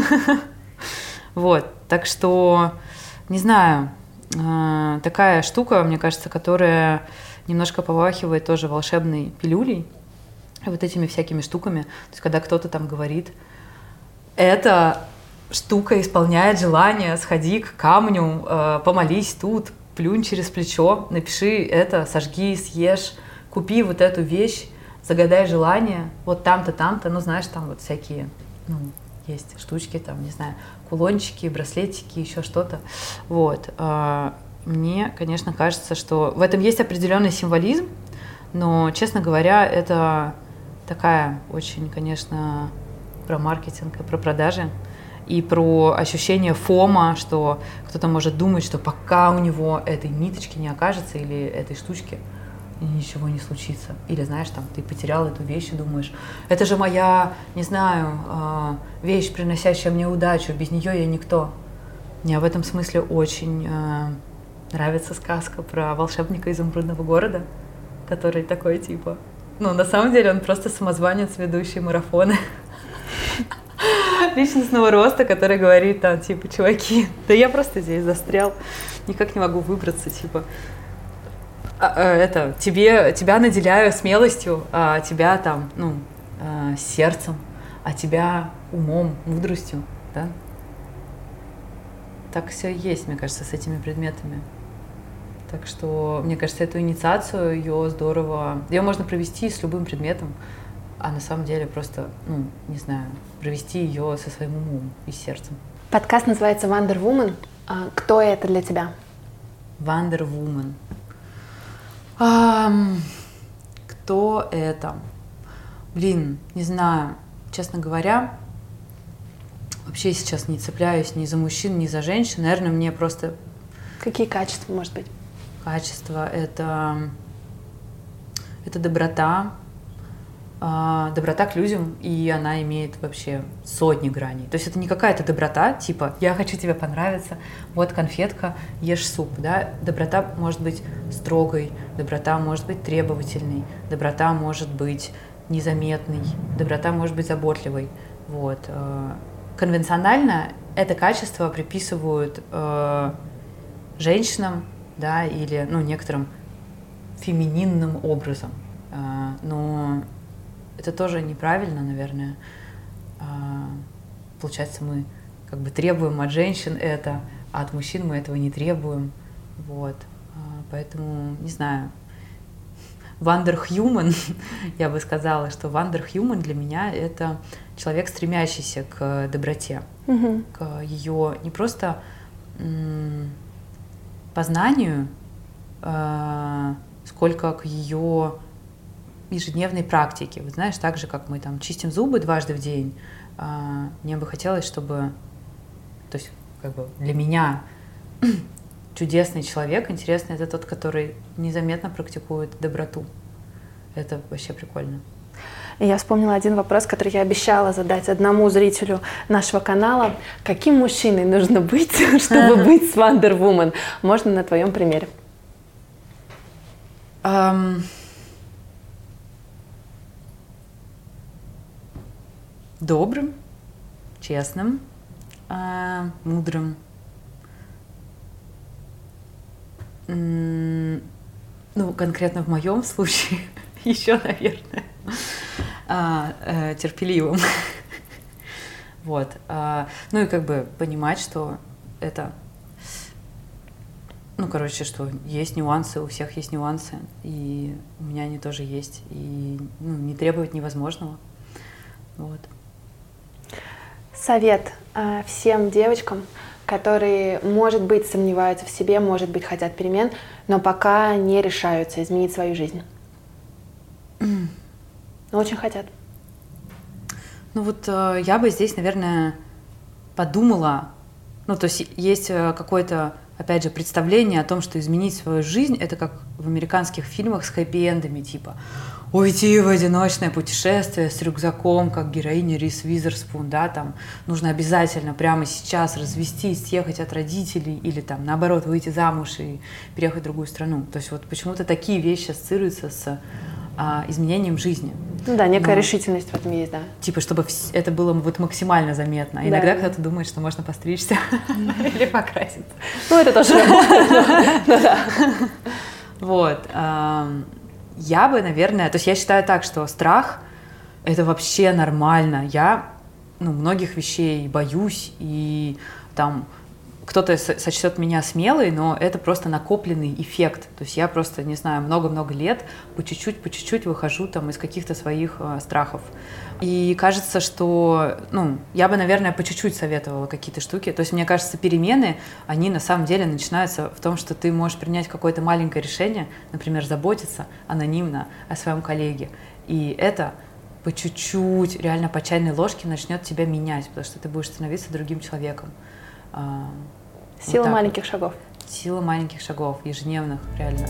Вот, так что, не знаю, такая штука, мне кажется, которая немножко повахивает тоже волшебной пилюлей, вот этими всякими штуками. То есть, когда кто-то там говорит, эта штука исполняет желание, сходи к камню, э, помолись тут, плюнь через плечо, напиши это, сожги, съешь, купи вот эту вещь, загадай желание, вот там-то, там-то, ну, знаешь, там вот всякие, ну, есть штучки, там, не знаю, кулончики, браслетики, еще что-то. Вот. Э, мне, конечно, кажется, что в этом есть определенный символизм, но, честно говоря, это такая очень, конечно, про маркетинг и про продажи, и про ощущение фома, что кто-то может думать, что пока у него этой ниточки не окажется или этой штучки, ничего не случится. Или, знаешь, там, ты потерял эту вещь и думаешь, это же моя, не знаю, вещь, приносящая мне удачу, без нее я никто. Мне в этом смысле очень нравится сказка про волшебника изумрудного города, который такой, типа, ну, на самом деле он просто самозванец, ведущий марафоны личностного роста, который говорит там, типа, чуваки, да я просто здесь застрял, никак не могу выбраться, типа, а, а, это, тебе, тебя наделяю смелостью, а тебя там, ну, а, сердцем, а тебя умом, мудростью, да? Так все и есть, мне кажется, с этими предметами. Так что, мне кажется, эту инициацию, ее здорово, ее можно провести с любым предметом, а на самом деле просто, ну, не знаю, провести ее со своим умом и сердцем. Подкаст называется Wonder Woman. А кто это для тебя? Wonder Woman. Um, кто это? Блин, не знаю. Честно говоря, вообще сейчас не цепляюсь ни за мужчин, ни за женщин. Наверное, мне просто... Какие качества, может быть? Качество — это, это доброта, доброта к людям, и она имеет вообще сотни граней. То есть это не какая-то доброта, типа «я хочу тебе понравиться, вот конфетка, ешь суп». Да? Доброта может быть строгой, доброта может быть требовательной, доброта может быть незаметной, доброта может быть заботливой. Вот. Конвенционально это качество приписывают женщинам, да, или, ну, некоторым фемининным образом. Но это тоже неправильно, наверное. Получается, мы как бы требуем от женщин это, а от мужчин мы этого не требуем. Вот. Поэтому, не знаю, Wonder Human, я бы сказала, что Wonder Human для меня — это человек, стремящийся к доброте, mm-hmm. к ее не просто м- познанию, э- сколько к ее ежедневной практике. Вот знаешь, так же, как мы там чистим зубы дважды в день, э- мне бы хотелось, чтобы, то есть, как бы для меня чудесный человек, интересный, это тот, который незаметно практикует доброту. Это вообще прикольно. Я вспомнила один вопрос, который я обещала задать одному зрителю нашего канала. Каким мужчиной нужно быть, чтобы быть с Wonder Woman? Можно на твоем примере? Um, добрым, честным, uh, мудрым. Mm, ну, конкретно в моем случае еще, наверное, а, а, терпеливым. Вот. А, ну и как бы понимать, что это, ну, короче, что есть нюансы, у всех есть нюансы, и у меня они тоже есть, и ну, не требовать невозможного. Вот. Совет а, всем девочкам, которые, может быть, сомневаются в себе, может быть, хотят перемен, но пока не решаются изменить свою жизнь. Mm. Но очень хотят. Ну вот я бы здесь, наверное, подумала, ну то есть есть какой-то опять же, представление о том, что изменить свою жизнь, это как в американских фильмах с хэппи-эндами, типа уйти в одиночное путешествие с рюкзаком, как героиня Риз Уизерспун, да, там нужно обязательно прямо сейчас развестись, съехать от родителей или там наоборот выйти замуж и переехать в другую страну. То есть вот почему-то такие вещи ассоциируются с а, изменением жизни. Ну да, некая Но, решительность в этом есть, да. Типа, чтобы это было вот максимально заметно. Да. Иногда кто-то думает, что можно постричься или покраситься. Ну это тоже работает. Вот. Я бы, наверное, то есть я считаю так, что страх — это вообще нормально. Я, ну, многих вещей боюсь, и там кто-то сочтет меня смелой, но это просто накопленный эффект. То есть я просто, не знаю, много-много лет по чуть-чуть, по чуть-чуть выхожу там из каких-то своих э, страхов. И кажется, что, ну, я бы, наверное, по чуть-чуть советовала какие-то штуки. То есть мне кажется, перемены, они на самом деле начинаются в том, что ты можешь принять какое-то маленькое решение, например, заботиться анонимно о своем коллеге. И это по чуть-чуть, реально по чайной ложке начнет тебя менять, потому что ты будешь становиться другим человеком. Сила вот маленьких вот. шагов. Сила маленьких шагов, ежедневных, реально.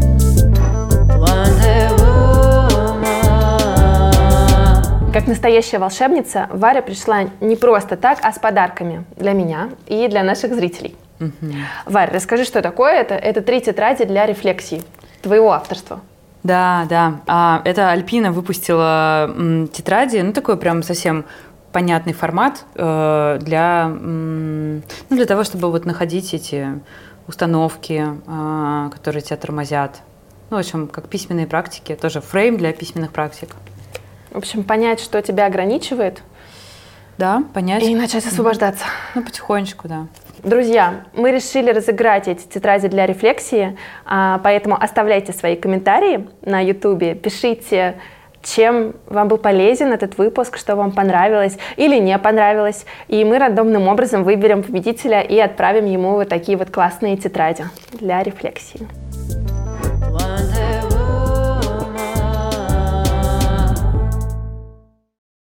Как настоящая волшебница, Варя пришла не просто так, а с подарками для меня и для наших зрителей. Угу. Варя, расскажи, что такое это? Это три тетради для рефлексии, твоего авторства. Да, да. А, это Альпина выпустила м, тетради, ну такой прям совсем понятный формат э, для, м, ну, для того, чтобы вот находить эти установки, э, которые тебя тормозят. Ну, в общем, как письменные практики, тоже фрейм для письменных практик. В общем, понять, что тебя ограничивает. Да, понять. И начать освобождаться. Ну, потихонечку, да. Друзья, мы решили разыграть эти тетради для рефлексии, поэтому оставляйте свои комментарии на ютубе, пишите, чем вам был полезен этот выпуск, что вам понравилось или не понравилось, и мы рандомным образом выберем победителя и отправим ему вот такие вот классные тетради для рефлексии.